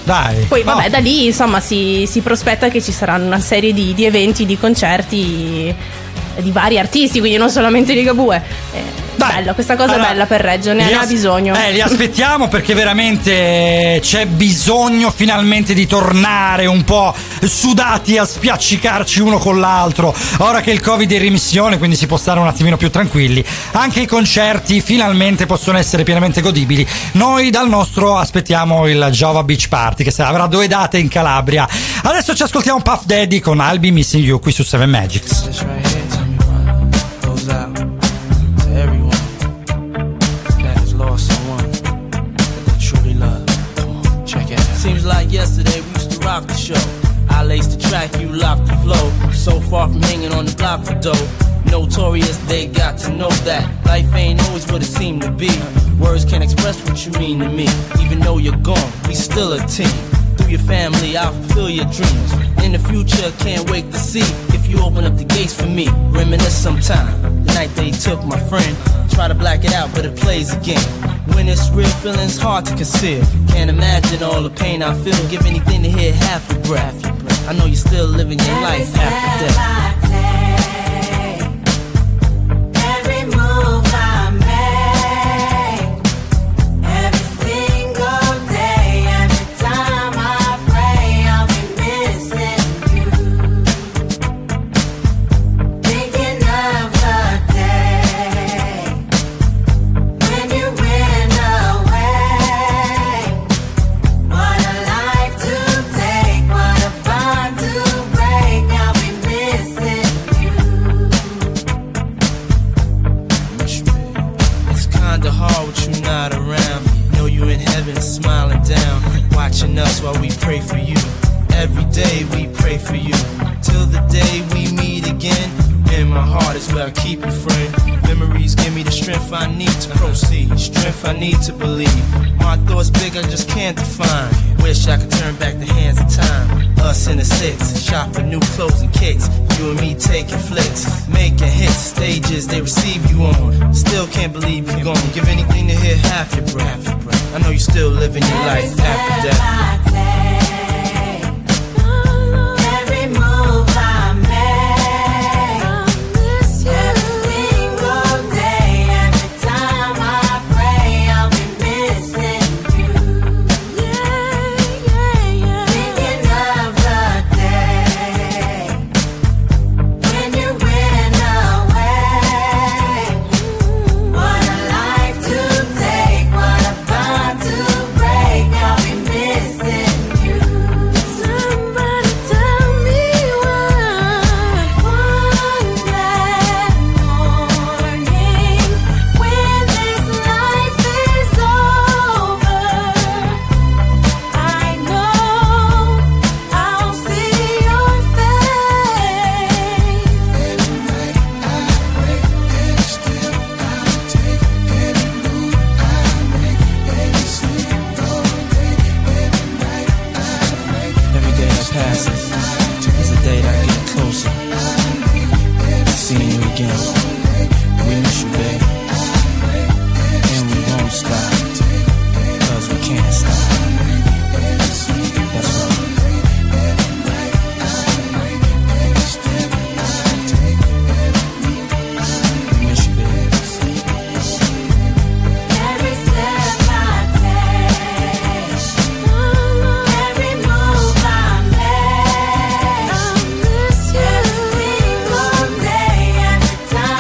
dai. Poi vabbè, oh. da lì insomma si, si prospetta che ci saranno una serie di, di eventi, di concerti di vari artisti, quindi non solamente Ligabue. Eh, bello, questa cosa allora, è bella per Reggio, ne ha as- bisogno. Eh, li aspettiamo perché veramente c'è bisogno finalmente di tornare un po' sudati a spiaccicarci uno con l'altro. Ora che il Covid è in remissione, quindi si può stare un attimino più tranquilli. Anche i concerti finalmente possono essere pienamente godibili. Noi dal nostro aspettiamo il Jova Beach Party, che avrà due date in Calabria. Adesso ci ascoltiamo Puff Daddy con I'll Be Missing You qui su Seven Magics. Seems like yesterday we used to rock the show. I laced the track, you locked the flow. So far from hanging on the block for dough. Notorious, they got to know that life ain't always what it seemed to be. Words can't express what you mean to me. Even though you're gone, we still a team. Through your family, I'll fulfill your dreams. In the future, can't wait to see if you open up the gates for me. Reminisce sometime, the night they took my friend. Try to black it out, but it plays again. When it's real, feeling's hard to conceal. Can't imagine all the pain I feel. Give anything to hear half your breath. I know you're still living your life after death. Us while we pray for you. Every day we pray for you. Till the day we meet again. In my heart is where I keep you, friend. Memories give me the strength I need to proceed. Strength I need to believe. My thoughts big, I just can't define. Wish I could turn back the hands of time. Us in the six, shop for new clothes and kicks. You and me taking flicks, making hits, stages they receive you on. Still can't believe you're gone. Give anything to hear half your breath. I know you're still living your life after death. Time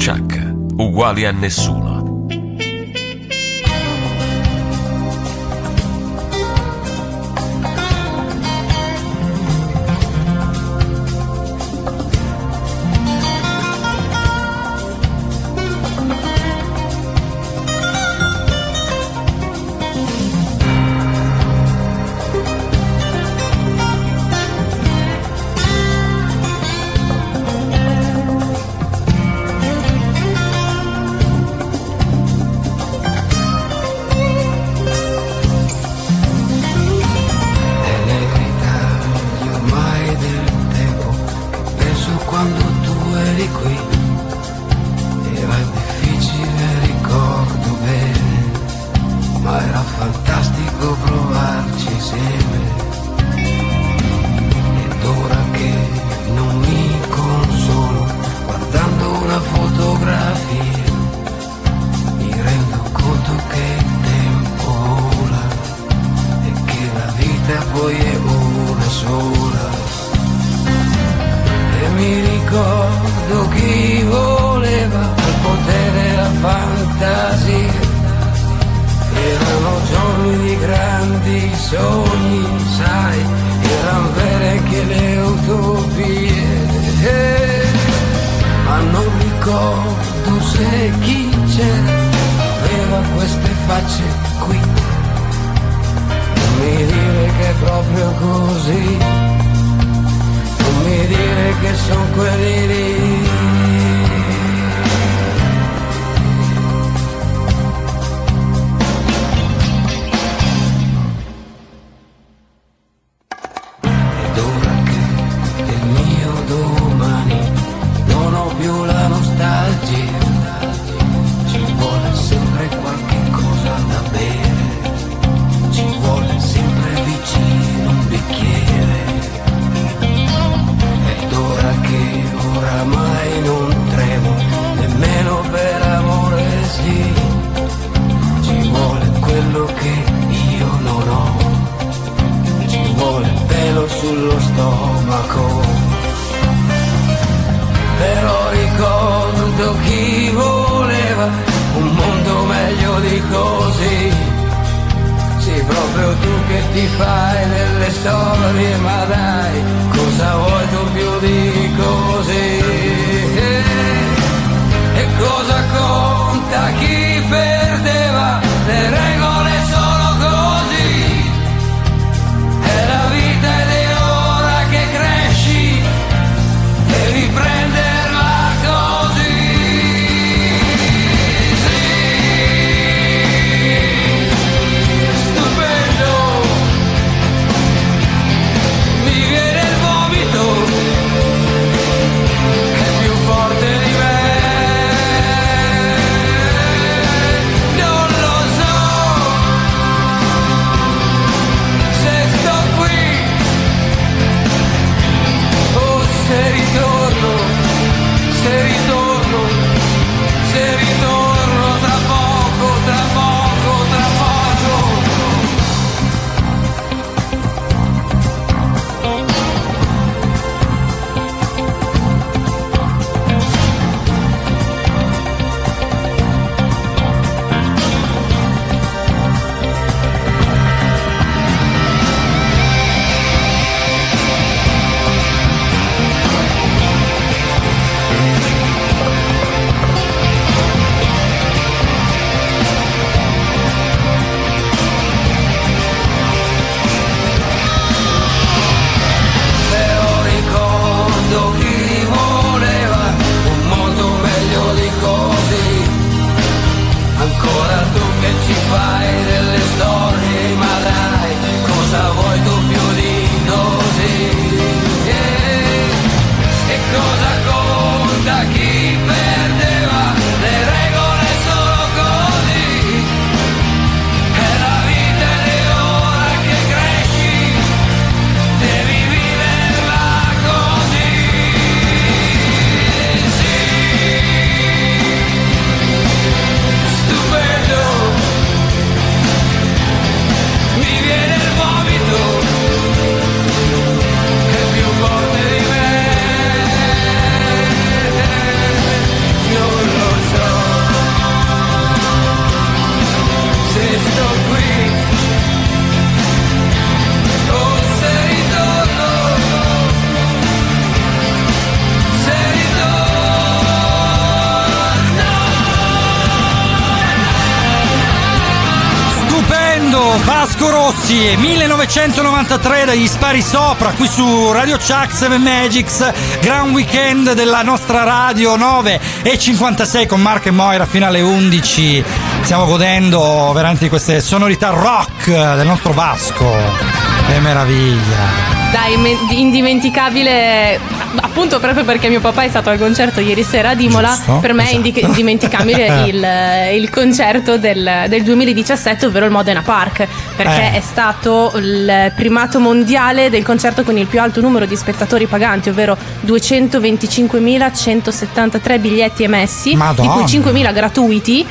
Chuck, uguali a nessuno. godendo Vasco Rossi, millenovecentonovantatré dagli Spari Sopra, qui su Radio Chuck Seven Magics, gran weekend della nostra radio, nove e cinquantasei con Marco e Moira fino alle undici. Stiamo godendo veramente di queste sonorità rock del nostro Vasco. Che meraviglia. Dai, indimenticabile, appunto proprio perché mio papà è stato al concerto ieri sera ad Imola. Giusto, per me esatto. È indimenticabile il, il concerto del, del duemiladiciassette, ovvero il Modena Park, perché eh. è stato il primato mondiale del concerto con il più alto numero di spettatori paganti, ovvero duecentoventicinquemilacentosettantatré biglietti emessi, Madonna. Di cui cinquemila gratuiti.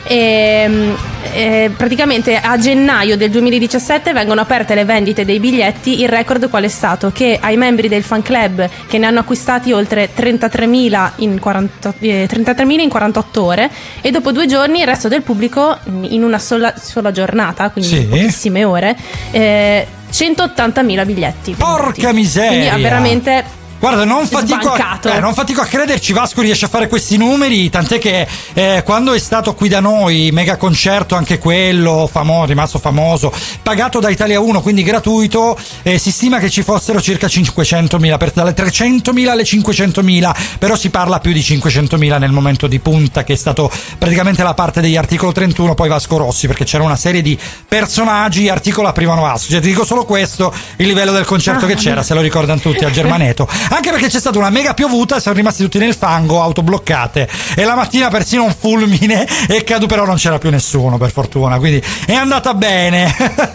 E, e praticamente a gennaio del duemiladiciassette vengono aperte le vendite dei biglietti. Il record qual è stato? Che ai membri del fan club, che ne hanno acquistati oltre trentatremila in, quaranta, eh, trentatremila in quarantotto ore, e dopo due giorni il resto del pubblico in una sola, sola giornata, quindi sì. pochissime ore, eh, centottantamila biglietti. Porca miseria! Quindi ha veramente... Guarda, non fatico, a, eh, non fatico a crederci, Vasco riesce a fare questi numeri, tant'è che eh, quando è stato qui da noi, mega concerto anche quello, famoso, rimasto famoso, pagato da Italia uno, quindi gratuito, eh, si stima che ci fossero circa cinquecentomila, per, dalle trecentomila alle cinquecentomila, però si parla più di cinquecentomila nel momento di punta, che è stato praticamente la parte degli articolo trentuno, poi Vasco Rossi, perché c'era una serie di personaggi, articolo aprivano Vasco, cioè ti dico solo questo, il livello del concerto ah, che c'era, se lo ricordano tutti, al Germaneto. Anche perché c'è stata una mega piovuta, siamo rimasti tutti nel fango, auto bloccate, e la mattina persino un fulmine è caduto, però non c'era più nessuno per fortuna, quindi è andata bene.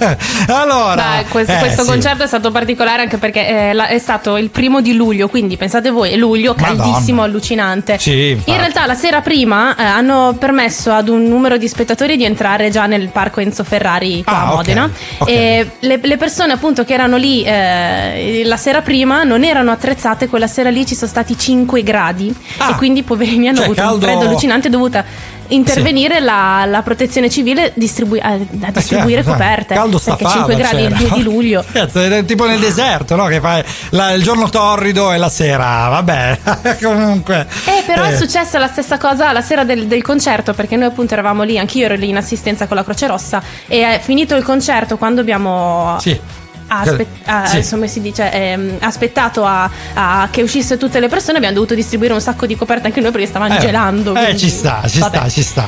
Allora Beh, questo, eh, questo sì. concerto è stato particolare anche perché eh, la, è stato il primo di luglio, quindi pensate voi, è luglio, caldissimo, Madonna. Allucinante. Sì, in realtà la sera prima eh, hanno permesso ad un numero di spettatori di entrare già nel parco Enzo Ferrari qua ah, a Modena, okay. Okay. E le, le persone appunto che erano lì eh, la sera prima non erano attrezzate. Quella sera lì ci sono stati cinque gradi ah, e quindi poverini hanno cioè, avuto caldo... un freddo allucinante, dovuta intervenire sì. la, la protezione civile distribui- a, a distribuire eh, coperte caldo perché stafava, cinque gradi il due di luglio. Cazzo, è tipo nel deserto, no? Che fai la, il giorno torrido e la sera vabbè. Comunque eh però eh. è successa la stessa cosa la sera del, del concerto, perché noi appunto eravamo lì, anch'io ero lì in assistenza con la Croce Rossa, e è finito il concerto quando abbiamo sì. Aspe- ah, sì. insomma si dice ehm, aspettato a, a che uscisse tutte le persone, abbiamo dovuto distribuire un sacco di coperte anche noi perché stavano eh, gelando, eh ci sta ci vabbè. sta ci sta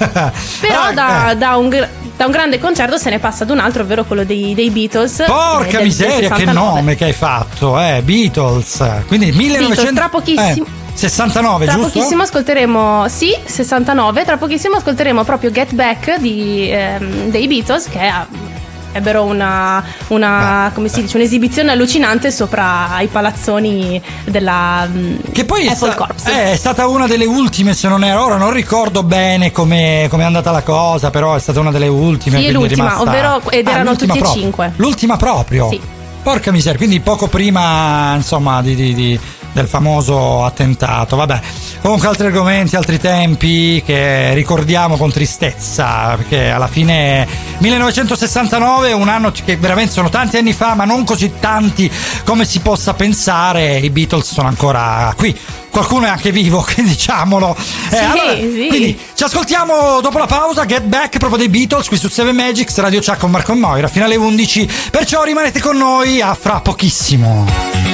però ah, da, eh. da, un, da un grande concerto se ne passa ad un altro, ovvero quello dei, dei Beatles. Porca del, miseria, del che nome che hai fatto, eh Beatles, quindi millenovecento Beatles, tra pochissimo eh. sessantanove, tra giusto? Tra pochissimo ascolteremo, sì, sessantanove, tra pochissimo ascolteremo proprio Get Back di, ehm, dei Beatles, che ha, ebbero una, una come si dice, un'esibizione allucinante sopra i palazzoni della che poi Apple sta, Corps. Eh, è stata una delle ultime, se non erro, ora non ricordo bene come è andata la cosa, però è stata una delle ultime. Sì, l'ultima, rimasta... ovvero, ed erano ah, tutti e cinque. L'ultima proprio? Sì. Porca miseria, quindi poco prima, insomma, di, di, di del famoso attentato. Vabbè, comunque altri argomenti, altri tempi che ricordiamo con tristezza, perché alla fine millenovecentosessantanove è un anno che veramente sono tanti anni fa, ma non così tanti come si possa pensare. I Beatles sono ancora qui, qualcuno è anche vivo, che diciamolo. Sì, eh, allora, sì. Quindi ci ascoltiamo dopo la pausa Get Back proprio dei Beatles qui su Seven Magics, Radio Chuck con Marco e Moira fino alle undici, perciò rimanete con noi a fra pochissimo.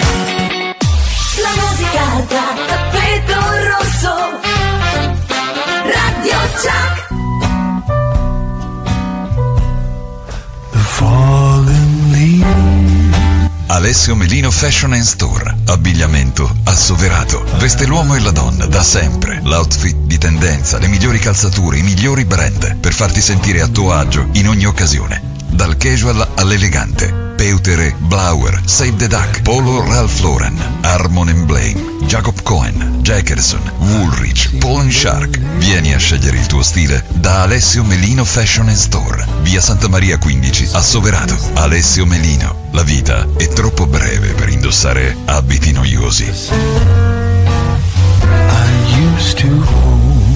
La musica da tappeto rosso, Radio Chuck. The fallen leaves. Alessio Melino Fashion and Store. Abbigliamento assoverato. Veste l'uomo e la donna da sempre. L'outfit di tendenza, le migliori calzature, i migliori brand per farti sentire a tuo agio in ogni occasione. Dal casual all'elegante. Peutere, Blauer, Save the Duck, Polo Ralph Lauren, Harmon and Blame, Jacob Cohen, Jackerson, Woolrich, Paul and Shark. Vieni a scegliere il tuo stile da Alessio Melino Fashion and Store. Via Santa Maria quindici, a Soverato. Alessio Melino. La vita è troppo breve per indossare abiti noiosi. I used to hold.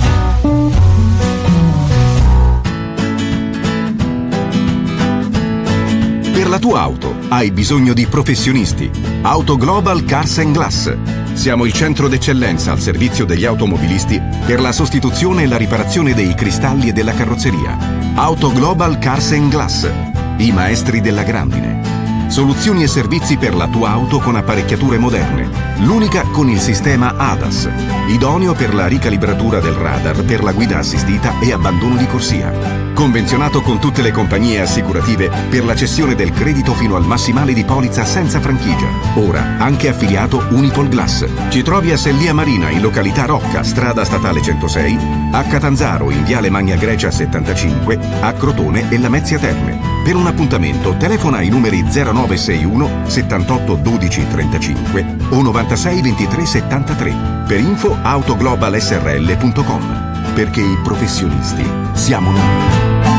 Per la tua auto hai bisogno di professionisti. Auto Global Cars and Glass. Siamo il centro d'eccellenza al servizio degli automobilisti per la sostituzione e la riparazione dei cristalli e della carrozzeria. Auto Global Cars and Glass, i maestri della grandine. Soluzioni e servizi per la tua auto con apparecchiature moderne, l'unica con il sistema A D A S, idoneo per la ricalibratura del radar per la guida assistita e abbandono di corsia. Convenzionato con tutte le compagnie assicurative per la cessione del credito fino al massimale di polizza senza franchigia. Ora anche affiliato Unipol Glass. Ci trovi a Sellia Marina in località Rocca, strada statale centosei, a Catanzaro in viale Magna Grecia settantacinque, a Crotone e Lamezia Terme. Per un appuntamento telefona ai numeri zero nove sei uno settantotto dodici trentacinque o novantasei ventitré settantatré. Per info autoglobal s r l punto com. Perché i professionisti siamo noi.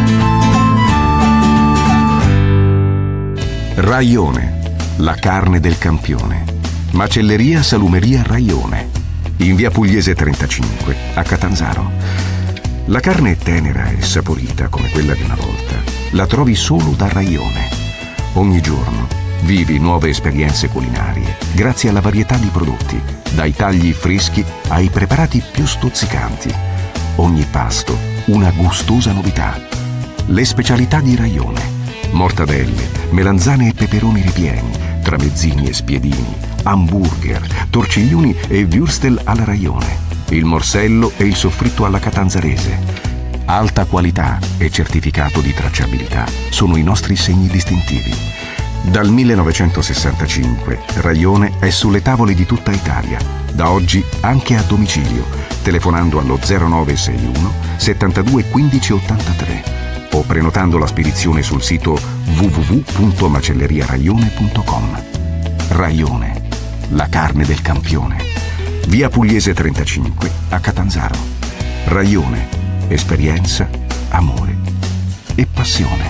Raione, la carne del campione. Macelleria Salumeria Raione, in via Pugliese trentacinque, a Catanzaro. La carne è tenera e saporita come quella di una volta. La trovi solo da Raione. Ogni giorno vivi nuove esperienze culinarie grazie alla varietà di prodotti, dai tagli freschi ai preparati più stuzzicanti. Ogni pasto una gustosa novità. Le specialità di Raione: mortadelle, melanzane e peperoni ripieni, tramezzini e spiedini, hamburger, torciglioni e würstel alla Raione, il morsello e il soffritto alla catanzarese. Alta qualità e certificato di tracciabilità sono i nostri segni distintivi. Dal millenovecentosessantacinque Raione è sulle tavole di tutta Italia, da oggi anche a domicilio, telefonando allo zero nove sei uno settantadue quindici ottantatré o prenotando la spedizione sul sito w w w punto macelleriaraione punto com. Raione, la carne del campione. Via Pugliese trentacinque a Catanzaro. Raione, esperienza, amore e passione.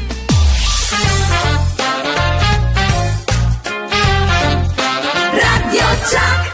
Radio Chuck.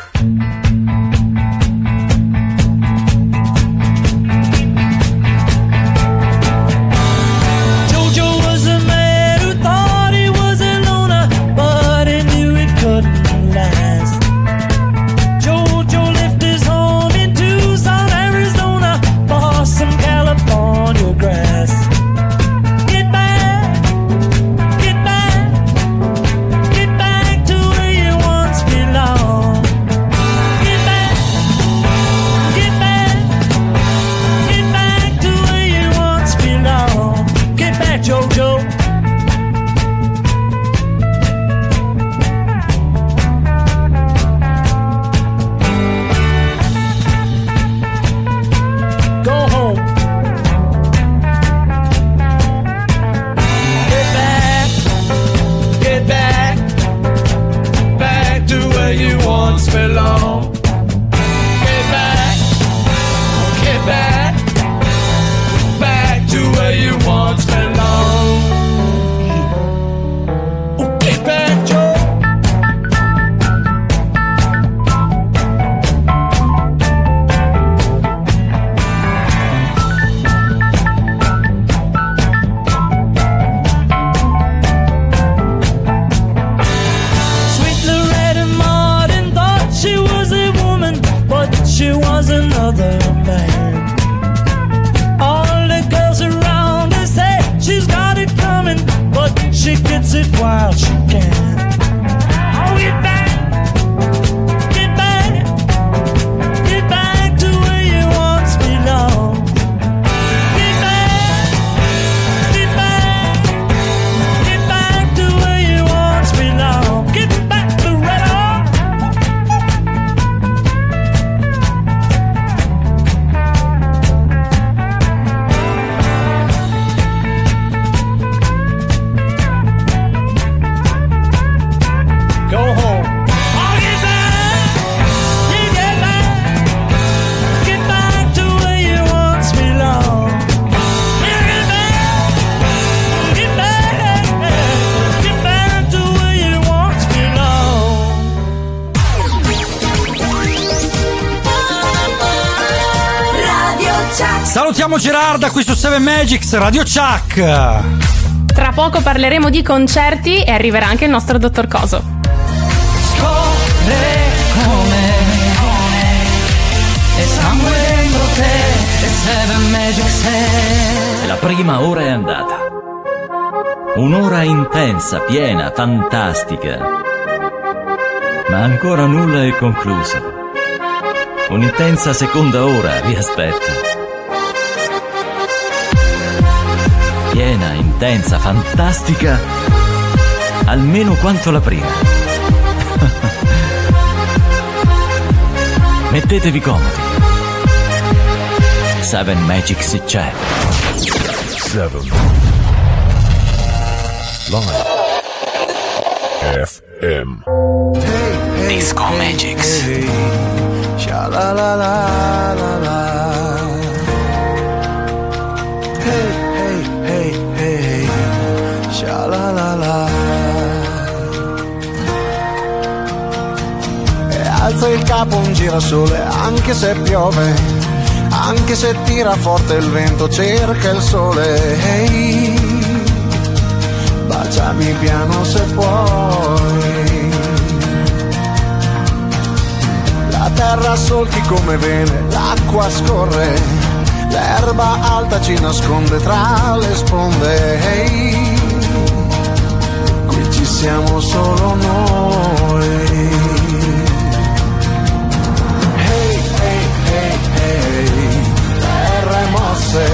Salutiamo Gerarda qui su Seven Magics, Radio Chuck. Tra poco parleremo di concerti e arriverà anche il nostro dottor Coso. Scopre come, come è sangue dentro te e Seven Magics è e la prima ora è andata. Un'ora intensa, piena, fantastica. Ma ancora nulla è concluso. Un'intensa seconda ora vi aspetta. Piena, intensa, fantastica, almeno quanto la prima. Mettetevi comodi. Seven Magics c'è. Seven Live F M Disco Magics. Sha la la la la la. Hey hey hey hey. Sha la la la. E alza il capo un girasole anche se piove, anche se tira forte il vento, cerca il sole. Hey, baciami piano se puoi. La terra solchi come vene, l'acqua scorre, l'erba alta ci nasconde tra le sponde. Hey, qui ci siamo solo noi. Hey, hey, hey, hey, terre mosse.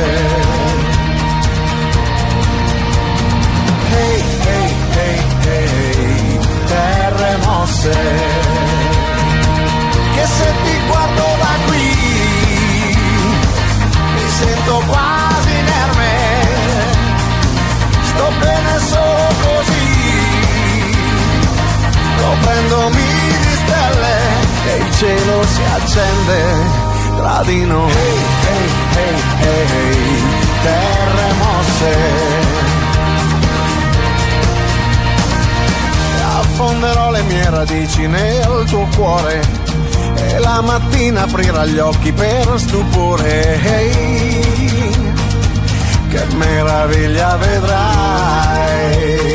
Hey, hey, hey, hey, terre mosse. Che se ti guardo da qui mi sento quasi inerme. Sto bene solo così, coprendomi di stelle e il cielo si accende tra di noi. Hey, hey, hey, hey, terre mosse. Affonderò le mie radici nel tuo cuore e la mattina aprirà gli occhi per stupore. Hey, che meraviglia vedrai.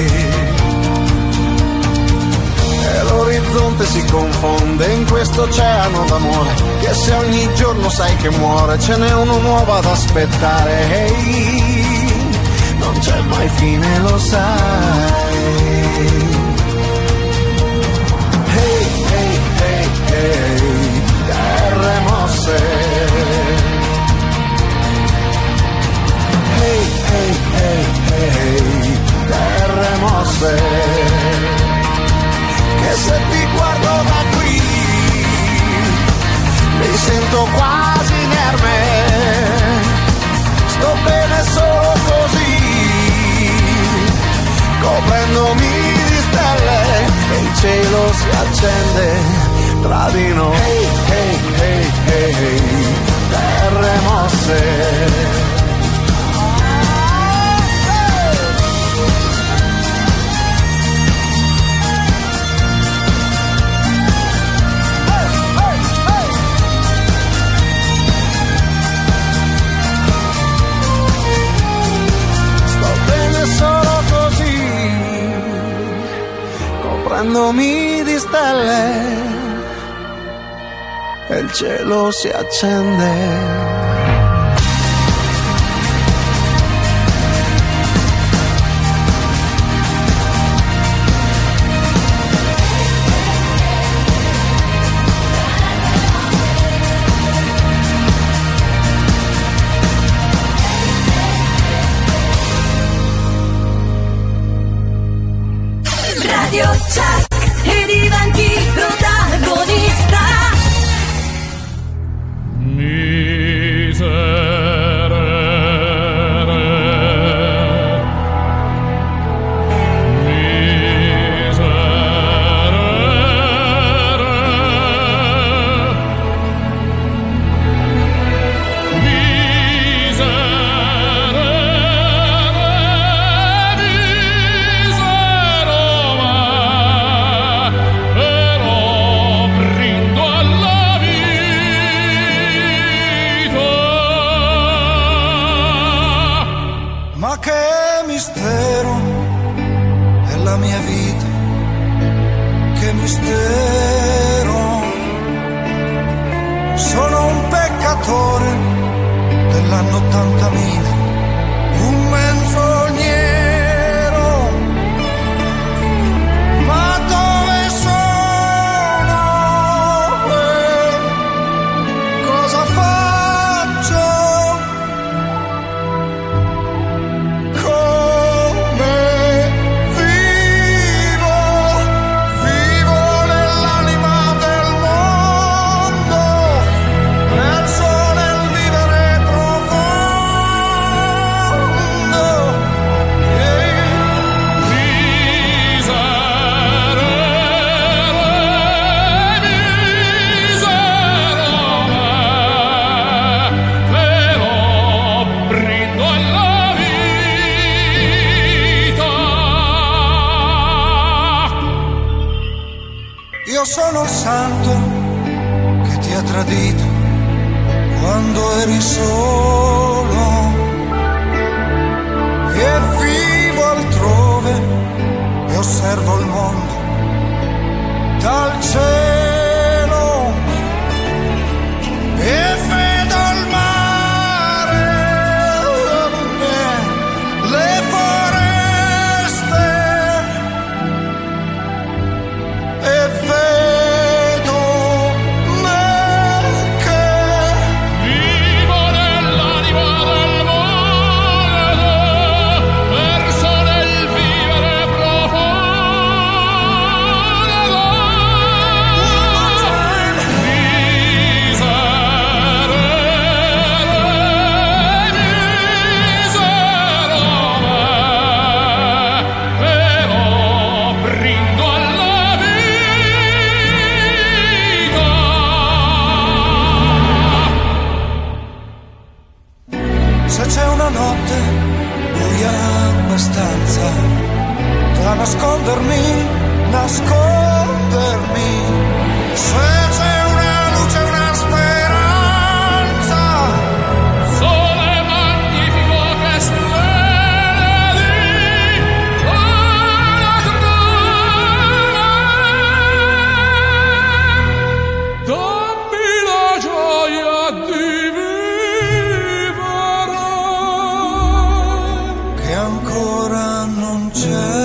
E l'orizzonte si confonde in questo oceano d'amore, che se ogni giorno sai che muore ce n'è uno nuovo ad aspettare. Hey, non c'è mai fine, lo sai. Hey, hey, hey, hey, terre mosse. Hey, hey, hey, hey, terre mosse. Che se ti guardo da qui mi sento quasi inerme. Sto bene solo così, coprendomi di stelle e il cielo si accende tra di noi. Hey, hey, hey, hey, terre mosse. Coprendomi di stelle e il cielo si accende. Radio Chuck e diventi protagonista. io sono il santo che ti ha tradito quando eri solo, e vivo altrove e osservo il mondo dal cielo e vedo il mare, le foreste e vedo me che vivo nell'anima del mondo, verso nel vivere profondo. Se c'è una notte buia abbastanza da nascondermi, nascondermi, se c'è una luce, una speranza, sole magnifico che splende, dammi la gioia di che ancora non c'è.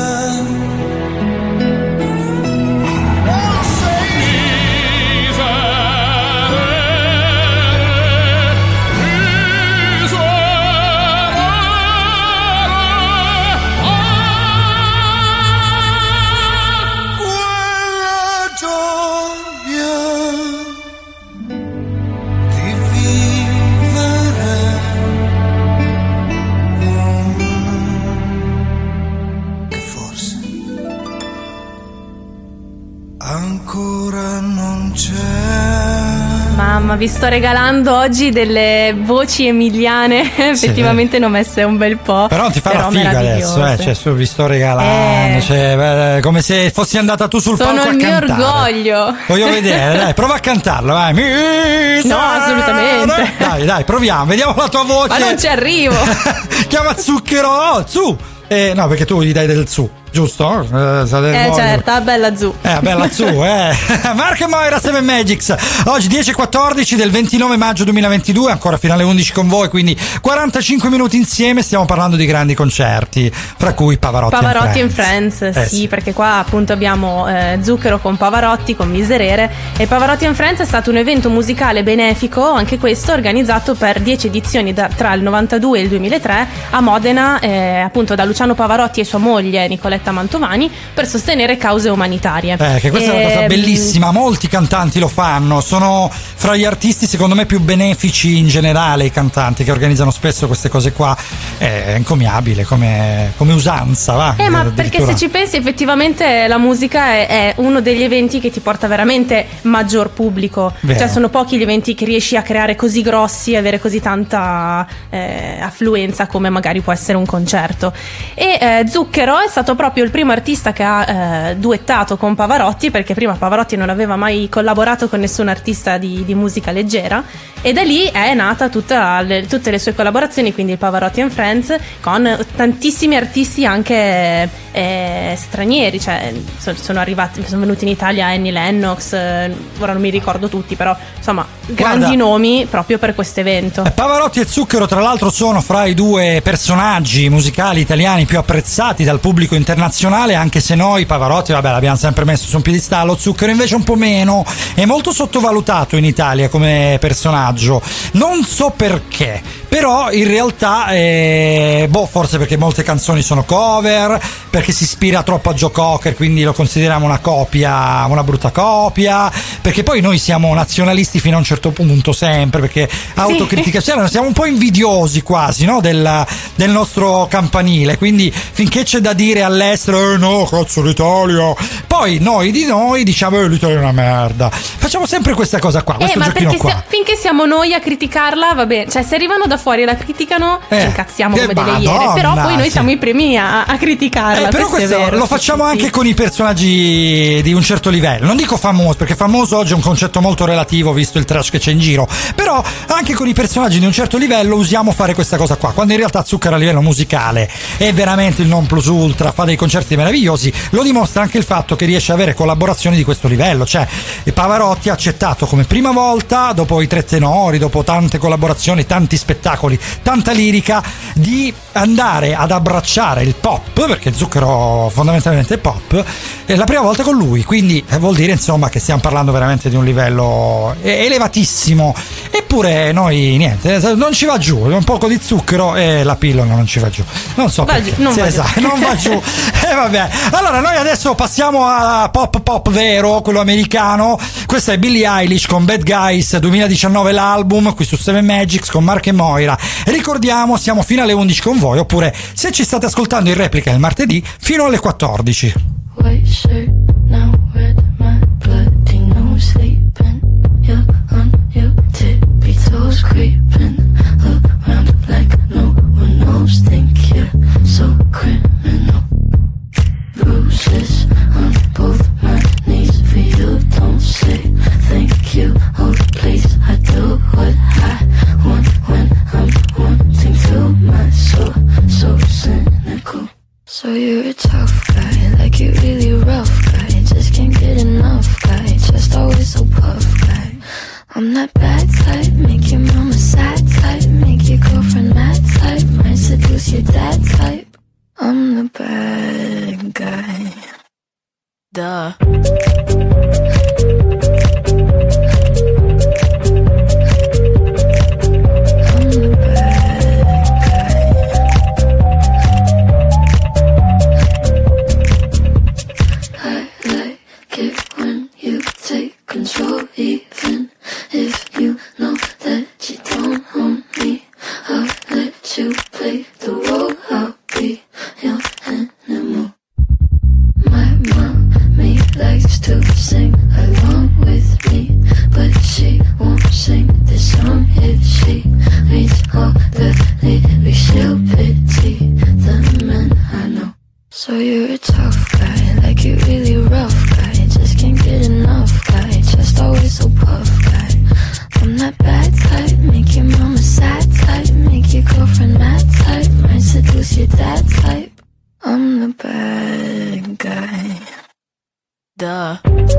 Ancora non c'è. Mamma, vi sto regalando oggi delle voci emiliane. Sì. Effettivamente ne ho messe un bel po'. Però non ti fa la figa adesso, eh? Cioè, su, vi sto regalando. Eh. Cioè, come se fossi andata tu sul Sono palco a cantare. Sono il mio orgoglio. Voglio vedere, dai, prova a cantarlo, vai. No, assolutamente. Dai, dai, proviamo, vediamo la tua voce. Ma non ci arrivo. Chiama Zucchero, oh, su. Eh, no, perché tu gli dai del su, giusto? Eh, eh certo, la bella Zu. Eh, bella Zu, eh. Marco e Moira Seven Magics. Oggi dieci e quattordici del ventinove maggio duemilaventidue, ancora fino alle undici con voi, quindi quarantacinque minuti insieme. Stiamo parlando di grandi concerti, fra cui Pavarotti, Pavarotti and Friends. Friends. Eh, eh, sì, sì, perché qua appunto abbiamo eh, Zucchero con Pavarotti, con Miserere, e Pavarotti and Friends è stato un evento musicale benefico, anche questo organizzato per dieci edizioni da, tra il novantadue e il duemilatré a Modena, eh, appunto da Luciano Pavarotti e sua moglie Nicoletta Mantovani, per sostenere cause umanitarie. Eh, che questa e... è una cosa bellissima, molti cantanti lo fanno, sono fra gli artisti secondo me più benefici in generale, i cantanti che organizzano spesso queste cose qua. È encomiabile come, come usanza, va. Eh, ma perché se ci pensi effettivamente la musica è, è uno degli eventi che ti porta veramente maggior pubblico. Vero. Cioè sono pochi gli eventi che riesci a creare così grossi e avere così tanta eh, affluenza come magari può essere un concerto. E eh, Zucchero è stato proprio il primo artista che ha eh, duettato con Pavarotti, perché prima Pavarotti non aveva mai collaborato con nessun artista di, di musica leggera, e da lì è nata tutta le, tutte le sue collaborazioni, quindi il Pavarotti and Friends, con tantissimi artisti anche eh, stranieri, cioè sono, sono arrivati, sono venuti in Italia Annie Lennox, eh, ora non mi ricordo tutti, però insomma grandi Guarda, nomi proprio per questo evento. Pavarotti e Zucchero tra l'altro sono fra i due personaggi musicali italiani più apprezzati dal pubblico internazionale, anche se noi Pavarotti vabbè l'abbiamo sempre messo su un piedistallo, Zucchero invece un po' meno, è molto sottovalutato in Italia come personaggio, non so perché, però in realtà eh, boh, forse perché molte canzoni sono cover, perché si ispira troppo a Joe Cocker, quindi lo consideriamo una copia, una brutta copia, perché poi noi siamo nazionalisti fino a un certo punto sempre, perché autocritica, sì. Siamo un po' invidiosi quasi, no, del, del nostro campanile, quindi finché c'è da dire all'estero eh no, cazzo l'Italia, poi poi noi di noi diciamo eh, l'Italia è una merda. Facciamo sempre questa cosa qua, questo eh, ma giochino perché qua. se, finché siamo noi a criticarla va bene, cioè se arrivano da fuori e la criticano Eh, ci incazziamo come delle Madonna, iene, però poi noi sì. siamo i primi a, a criticarla. Eh, però questo, questo è vero, lo sì, facciamo sì, anche sì. con i personaggi di un certo livello. Non dico famoso, perché famoso oggi è un concetto molto relativo visto il trash che c'è in giro. Però anche con i personaggi di un certo livello usiamo fare questa cosa qua. Quando in realtà Zucchero a livello musicale è veramente il non plus ultra, fa dei concerti meravigliosi, lo dimostra anche il fatto che riesce ad avere collaborazioni di questo livello. Cioè Pavarotti ha accettato come prima volta, dopo i tre tenori, dopo tante collaborazioni, tanti spettacoli, tanta lirica, di andare ad abbracciare il pop, perché Zucchero fondamentalmente è pop, è la prima volta con lui, quindi eh, vuol dire insomma che stiamo parlando veramente di un livello elevatissimo. Eppure noi niente, non ci va giù, un poco di zucchero e la pillola non ci va giù, non so Va perché, giù, non sì, va esatto, giù. non va giù. E vabbè, allora noi adesso passiamo a pop pop vero, quello americano. Questa è Billie Eilish con Bad Guys duemiladiciannove, l'album qui su Seven Magics con Mark e Moira. Ricordiamo, siamo fino alle undici con voi, oppure se ci state ascoltando in replica il martedì fino alle quattordici. White shirt, now red, my bloody nose sleeping. You're on your tippy toes, creeping around like no one knows. Think you're so criminal. Bruises on both my knees for you. Don't say thank you. Oh, please, I do what I want when I'm wanting to. My soul, so cynical. So you're a tough guy, like you're really rough guy. Just can't get enough guy, just always so puff guy. I'm that bad type, make your mama sad type, make your girlfriend mad type, might seduce your dad type. I'm the bad guy. Duh. Control, even if you know that you don't own me. I'll let you play the role. I'll be your animal. My mommy likes to sing along with me, but she won't sing this song if she reads all the lyrics. She'll pity the men I know. So you're a tough guy, like you're really rough guy. Just can't get enough guy, just always so puff guy. I'm that bad type, make your mama sad type, make your girlfriend mad type, might seduce your dad type. I'm the bad guy. Duh.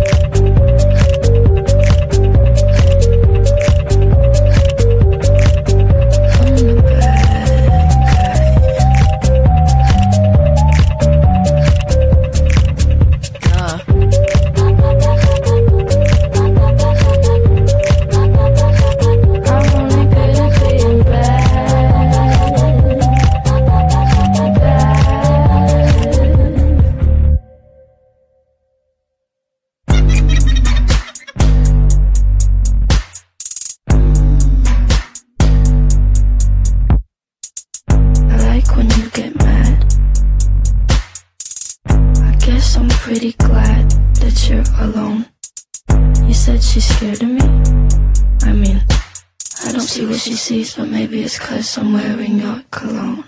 Pretty glad that you're alone. You said she's scared of me? I mean, I don't see what she sees, but maybe it's 'cause I'm wearing your cologne.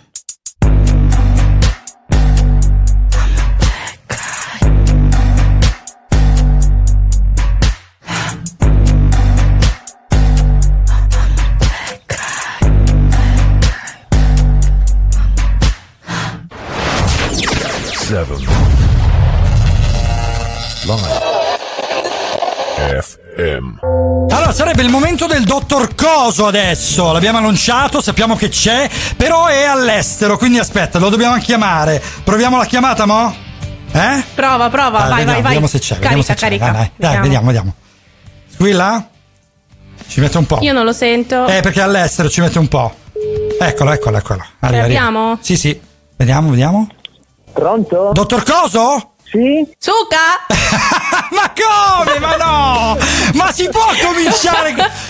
Seven. Live. F M. Allora sarebbe il momento del dottor Coso adesso, l'abbiamo annunciato, sappiamo che c'è, però è all'estero, quindi aspetta, lo dobbiamo chiamare. Proviamo la chiamata, mo? Eh? Prova, prova, Dai, vai, vediamo, vai, vai. Vediamo se c'è, Carica, vediamo se c'è. carica. Dai, dai, dai, vediamo, vediamo. Squilla? Ci mette un po'. Io non lo sento. Eh, perché all'estero ci mette un po'. Eccolo, eccolo, eccolo. Arriva, abbiamo? arriva. Sì, sì. Vediamo, vediamo. Pronto? Dottor Coso? Sì? Suca! Ma come? Ma no! Ma si può cominciare?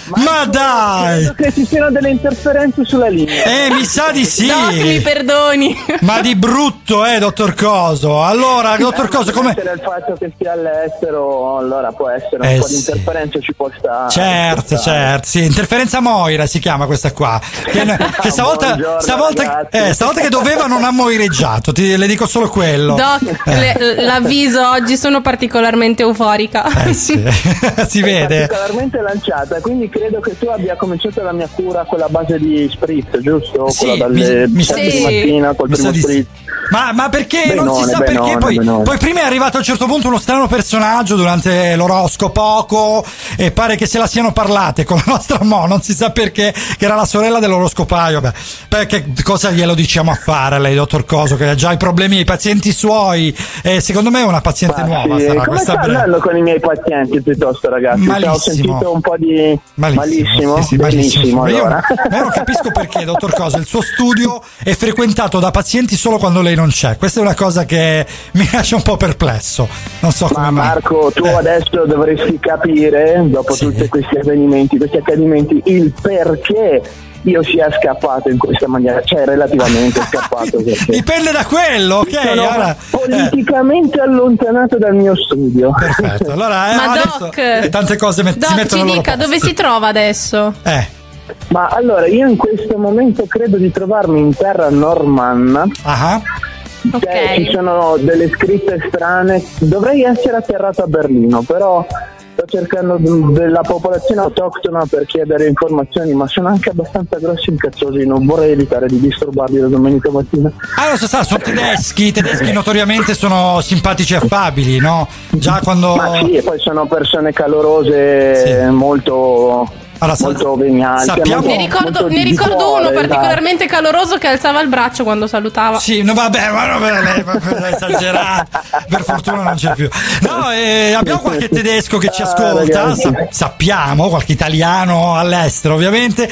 Ma, ma dai! Credo che ci siano delle interferenze sulla linea. Eh, mi sa di sì. Doc, mi perdoni. Ma di brutto, eh, dottor Coso. Allora, dottor Coso, come... il fatto che sia all'estero, allora può essere un eh, po' sì. di interferenza, ci può stare. Certo, certo, sì, interferenza Moira si chiama questa qua. Che, che stavolta, Buongiorno, stavolta, eh, stavolta che doveva non ha moireggiato, ti, le dico solo quello. Doc, eh. le, l'avviso, oggi sono particolarmente euforica. Eh sì, si vede. Particolarmente lanciata, quindi credo che tu abbia cominciato la mia cura con la base di spritz, giusto? Sì, quella dalle mi, mi sa sette di di mattina col mi primo sa di spritz. sì. Ma, ma perché Benone, non si sa benone, perché poi, benone. poi prima è arrivato a un certo punto uno strano personaggio durante l'oroscopo e pare che se la siano parlate con la nostra Mo, non si sa perché, che era la sorella dell'oroscopaio. Beh, perché cosa glielo diciamo a fare a lei, dottor Coso, che ha già i problemi ai pazienti suoi, e secondo me è una paziente Ma nuova sì, sarà come questa sta bre- andando con i miei pazienti piuttosto, ragazzi? Malissimo. Ho sentito un po' di Malissimo, malissimo, sì, sì, benissimo, Ma io, allora. ma io non capisco perché, dottor Coso, il suo studio è frequentato da pazienti solo quando lei non c'è. Questa è una cosa che mi lascia un po' perplesso. Non so come Ma mai. Marco, tu Eh. adesso dovresti capire, dopo Sì. tutti questi avvenimenti, questi accadimenti, il perché io sia scappato in questa maniera, cioè relativamente scappato. Perché Dipende da quello, ok? sono Allora, politicamente allontanato dal mio studio. perfetto. Allora, eh, Ma adesso Doc, eh, tante cose met- si Doc, mettono ci al loro dica posto. dove si trova adesso? Eh. Ma allora, io in questo momento credo di trovarmi in terra normanna. Ah. Cioè, Ok. ci sono delle scritte strane. Dovrei essere atterrato a Berlino, però sto cercando d- della popolazione autoctona per chiedere informazioni, ma sono anche abbastanza grossi e incazzosi, non vorrei evitare di disturbarli la domenica mattina. Ah, non so, sa, sono tedeschi, i tedeschi notoriamente sono simpatici e affabili, no? Già quando... Ma sì, e poi sono persone calorose, Sì. molto, Allora, sa- molto vegnanti. sappiamo- molto- Ne ricordo, molto ne di ricordo cuore, uno esatto. particolarmente caloroso che alzava il braccio quando salutava. Sì, no, vabbè, ma no, beh, lei è esagerata. Per fortuna non c'è più. No, eh, abbiamo qualche tedesco che ci Ah, ascolta, ragazzi. sa- sappiamo, qualche italiano all'estero, ovviamente.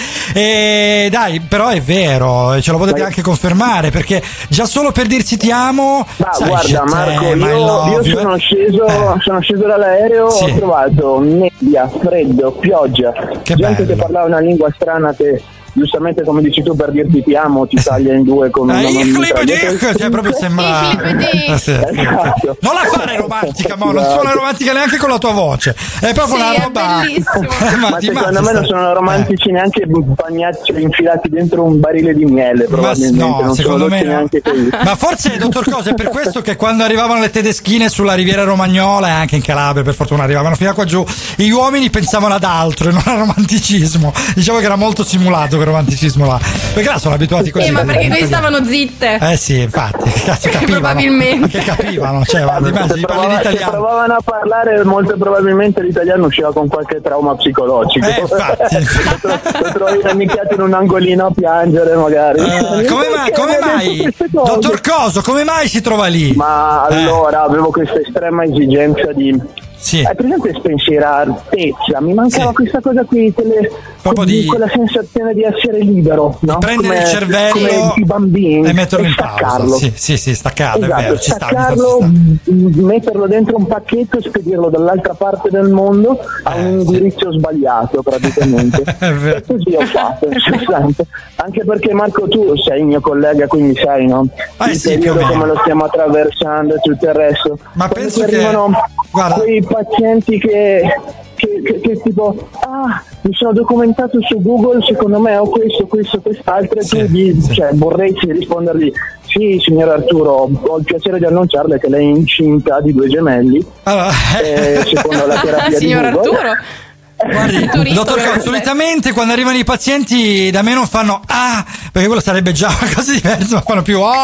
E dai, però è vero, ce lo potete Ma- anche confermare, perché già solo per dirsi ti amo. Ma sai, guarda je Marco, t'aime, I io, love io you, sono eh. sceso, Eh. sono sceso dall'aereo, Sì. ho trovato nebbia, freddo, pioggia, Che gente bello. che parlava una lingua strana che giustamente, come dici tu, per dirti ti amo ti taglia in due con una Eh, ich liebe mitraglietta. dich, cioè proprio sembra Ich liebe dich. Eh, sì, sì. Esatto. Non la fare romantica, mo, non suona romantica neanche con la tua voce, è proprio Sì, una è roba bellissimo. Eh, Ma ti secondo immagini me non sta- sono romantici neanche bagnati, cioè, infilati dentro un barile di miele, Ma probabilmente. no, non secondo sono me dolci no. neanche così. Ma forse, dottor Cosa, è per questo che quando arrivavano le tedeschine sulla riviera romagnola e anche in Calabria, per fortuna arrivavano fino a qua giù, gli uomini pensavano ad altro e non al romanticismo. Diciamo che era molto simulato quel romanticismo là, perché là sono abituati così. Eh, ma perché questi stavano zitte? Eh sì, infatti, che cazzo capivano? Probabilmente. Che capivano, cioè, guarda, immagini, Se, parli provava- in se italiano. provavano a parlare, molto probabilmente l'italiano usciva con qualche trauma psicologico. Eh, infatti. Lo trovi rannicchiato in un angolino a piangere, magari. Eh, come mai, come mai? Dottor Coso, come mai si trova lì? Ma Eh. allora avevo questa estrema esigenza di. Sì. Hai presente spensieratezza? Mi mancava Sì. questa cosa qui, quelle, Proprio di- quella sensazione di essere libero, no? Prendere il cervello come i bambini e metterlo in staccarlo. pausa. Sì, sì, sì, staccarlo, Esatto, è vero, ci sta, ci sta, staccarlo, ci sta. m- metterlo dentro un pacchetto e spedirlo dall'altra parte del mondo a un Eh, indirizzo sbagliato praticamente. È vero. E così ho fatto, esatto. Anche perché Marco tu sei il mio collega, quindi sai, no? Eh il sì, più o periodo meno. come lo stiamo attraversando e tutto il resto. Ma Quando penso ti che- arrivano guarda- quei pazienti che, che, che, che tipo ah, mi sono documentato su Google, secondo me ho questo, questo, quest'altro, e Sì, tu gli, sì. cioè, vorrei sì rispondergli sì signor Arturo, ho il piacere di annunciarle che lei è incinta di due gemelli, Allora, eh, secondo la terapia di Signor Google. Arturo. guardi, Turista, dottor Coso, veramente. solitamente quando arrivano i pazienti da me non fanno ah, perché quello sarebbe già una cosa diversa, ma fanno più ah,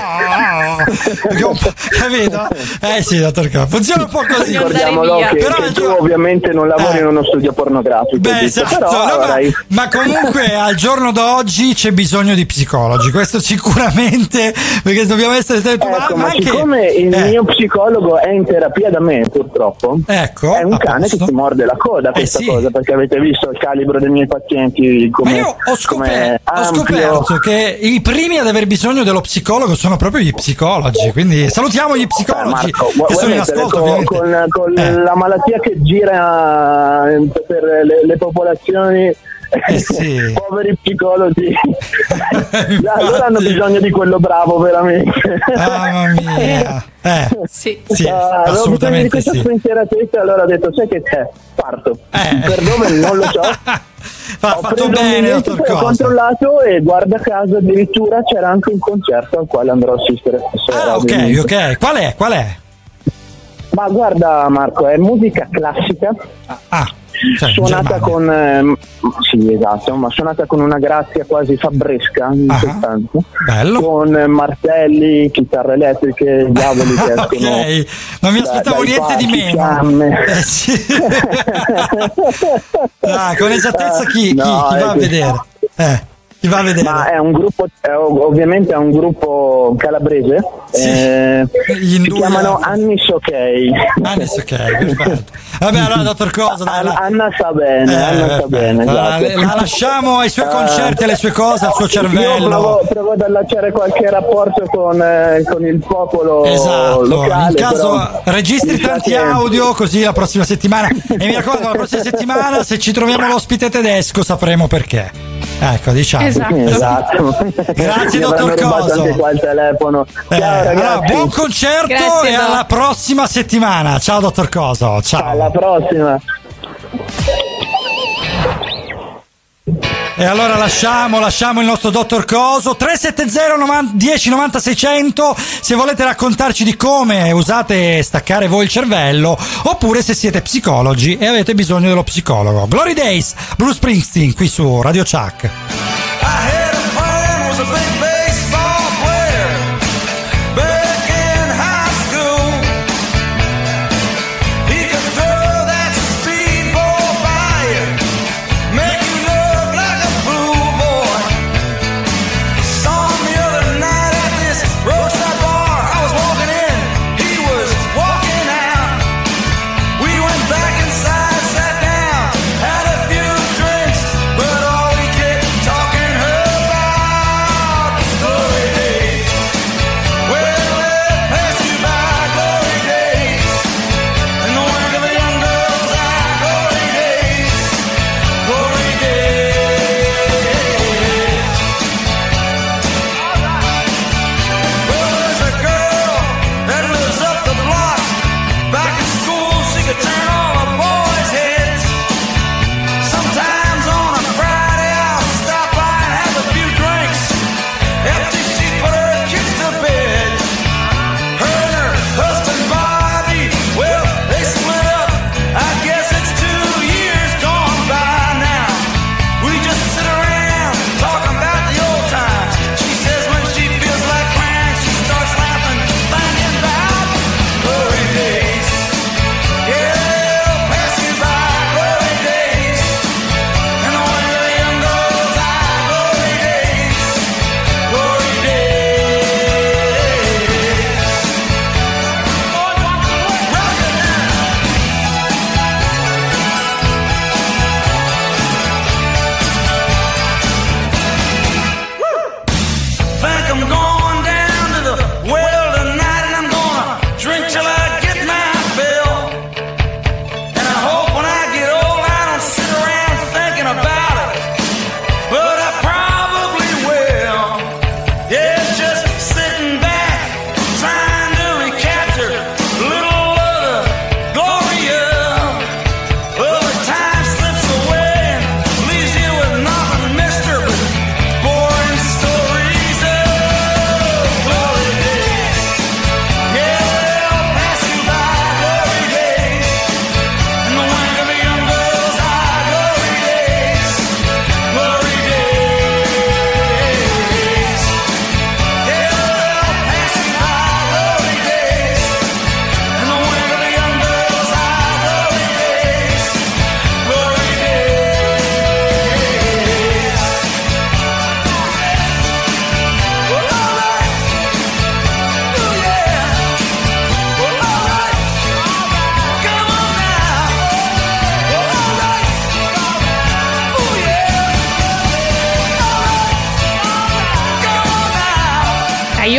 ah, ah. Perché un po', capito? Eh sì, dottor Coso, funziona un po' così. Voglio andare Ricordiamolo via. che, Però che al tu giorno- ovviamente non lavori Eh. in uno studio pornografico, Beh, giusto? esatto, però no, ma, avrai- ma comunque al giorno d'oggi c'è bisogno di psicologi, questo sicuramente, perché dobbiamo essere sempre ma, Ecco, ma ma anche siccome il eh, mio psicologo è in terapia da me, purtroppo, ecco, è un a cane posto. che ti morde la coda Eh questa questa cosa, perché avete visto il calibro dei miei pazienti come, Ma io ho, scoper- ho scoperto che i primi ad aver bisogno dello psicologo sono proprio gli psicologi, quindi salutiamo gli psicologi Marco, che sono in ascolto, con, con, con eh. la malattia che gira per le, le popolazioni, eh sì. poveri psicologi, allora hanno bisogno di quello bravo veramente. Mamma mia, eh, sì, sì uh, assolutamente di questa sì. spensieratezza, allora ho detto, sai che c'è? Parto. Eh. Per dove non lo so. Ha Ho fatto preso bene, un dottor biglietto, ho Cosa. controllato e guarda caso addirittura c'era anche un concerto al quale andrò a assistere stasera. Ah, ok, ovviamente. ok. Qual è? Qual è? Ma guarda Marco, è musica classica. Ah, cioè, suonata con ehm, sì, esatto, ma suonata con una grazia quasi fabbresca in Ah, sostanza. bello. Con eh, martelli, chitarre elettriche, diavoli che escono. Ok, non mi da- aspettavo dai niente di palchi, meno. fiamme. Eh, sì. Ah, con esattezza chi, chi, No, chi è va a che- vedere? Eh, chi va a vedere? Ma è un gruppo, è, ov- ovviamente è un gruppo calabrese. Sì. eh, Gli si indù- chiamano Annis Ok. Anis, ok, perfetto. Vabbè, allora, dottor Cosa, dai, la- Anna sta bene, Eh, Anna sta perfetto. bene. La, esatto. la lasciamo ai suoi Eh, concerti, alle sue cose, al suo Io cervello. provo, provo ad allacciare qualche rapporto con, eh, con il popolo Esatto, locale. in caso però- registri mi sa tanti che- audio così la prossima settimana. E mi raccomando, la prossima settimana se ci troviamo l'ospite tedesco sapremo perché. Ecco, diciamo. Esatto. Esatto. Grazie, Mi dottor avranno rubato Coso. anche qua il telefono. Eh, Ciao ragazzi. allora, buon concerto Grazie, e Doc. alla prossima settimana. Ciao dottor Coso, ciao. Alla prossima. E allora lasciamo, lasciamo il nostro dottor Coso. Tre sette zero uno zero nove zero sei zero zero se volete raccontarci di come usate staccare voi il cervello, oppure se siete psicologi e avete bisogno dello psicologo. Glory Days, Bruce Springsteen qui su Radio Chuck. I had a friend, was a big baseball player back in high school. He could throw that speedball by you, make you look like a fool, boy. Saw him the other night at this roadside bar. I was walking in, he was walking out. We went back inside, sat down, had a few drinks, but all we kept talking her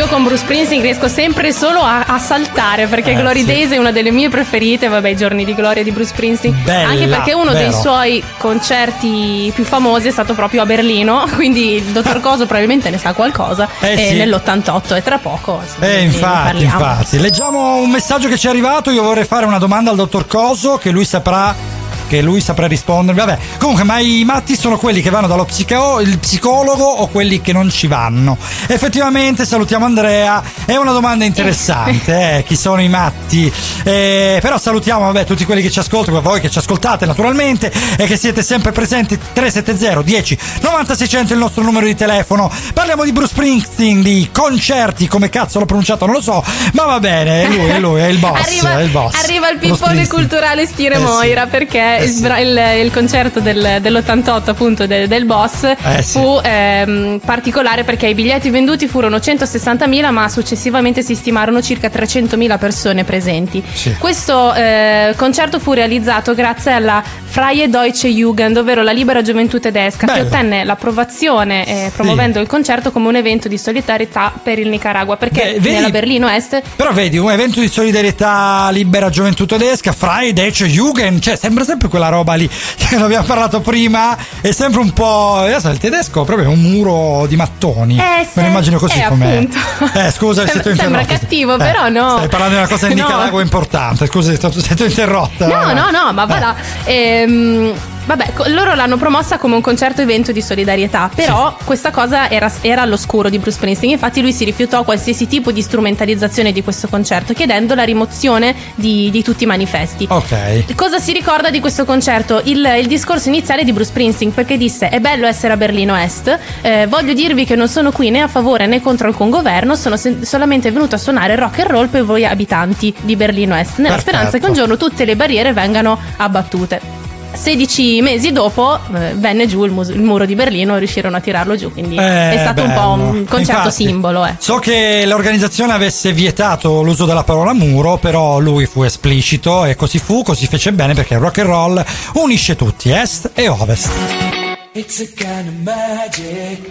con Bruce Springsteen riesco sempre solo a, a saltare, perché Eh, Glory sì. Days è una delle mie preferite. Vabbè, i giorni di gloria di Bruce Springsteen. Bella, anche perché uno vero. dei suoi concerti più famosi è stato proprio a Berlino. Quindi il dottor Coso probabilmente ne sa qualcosa. Eh, e sì. nell'ottantotto e tra poco insomma, Eh, ne infatti, parliamo. infatti. Leggiamo un messaggio che ci è arrivato. Io vorrei fare una domanda al dottor Coso, che lui saprà. Che lui saprà rispondermi. Vabbè, comunque, ma i matti sono quelli che vanno dallo psico- il psicologo o quelli che non ci vanno? Effettivamente, salutiamo Andrea. È una domanda interessante, eh, chi sono i matti? Eh, però salutiamo, vabbè, tutti quelli che ci ascoltano, voi che ci ascoltate naturalmente e che siete sempre presenti. Tre sette zero dieci novanta seicento è il nostro numero di telefono. Parliamo di Bruce Springsteen, di concerti, come cazzo l'ho pronunciato non lo so, ma va bene, è lui, è lui, è il boss, Arriva, è il boss. arriva il Bruce pippone Springsteen. culturale Stire Eh, sì. Moira, perché Eh, il, sì. bra- il- il concerto del- dell'ottantotto appunto de- del boss Eh, sì. fu ehm, particolare perché i biglietti venduti furono centosessantamila, ma successivamente si stimarono circa trecentomila persone presenti. Sì. Questo eh, concerto fu realizzato grazie alla Freie Deutsche Jugend, ovvero la libera gioventù tedesca, Bello. che ottenne l'approvazione eh, promuovendo il concerto come un evento di solidarietà per il Nicaragua, perché Beh, vedi- nella Berlino Est Però vedi, un evento di solidarietà libera gioventù tedesca, Freie Deutsche Jugend, cioè sembra sempre quella roba lì che ne abbiamo parlato prima, è sempre un po', adesso il tedesco proprio è un muro di mattoni, Eh, me lo immagino così eh, com'è. appunto. Eh scusa se ti ho Sembra interrotto. cattivo, Eh, però no. Stai parlando di una cosa in No. Nicaragua importante, scusa se ti se ti ho interrotta. No, vabbè. no, no, ma va Eh. là. Ehm, vabbè, co- loro l'hanno promossa come un concerto evento di solidarietà, però questa cosa era, era all'oscuro di Bruce Springsteen. Infatti lui si rifiutò a qualsiasi tipo di strumentalizzazione di questo concerto, chiedendo la rimozione di, di tutti i manifesti. Ok. Cosa si ricorda di questo concerto? Il, il discorso iniziale di Bruce Springsteen, perché disse: è bello essere a Berlino Est, eh, voglio dirvi che non sono qui né a favore né contro alcun governo, sono se- solamente venuto a suonare rock and roll per voi abitanti di Berlino Est, nella Perfetto. speranza che un giorno tutte le barriere vengano abbattute. sedici mesi dopo eh, venne giù il, mus- il muro di Berlino e riuscirono a tirarlo giù, quindi Eh, è stato un po' bello. un concerto Infatti, simbolo. Eh. So che l'organizzazione avesse vietato l'uso della parola muro, però lui fu esplicito e così fu, così fece bene, perché il rock and roll unisce tutti, est e ovest. It's a kind of magic.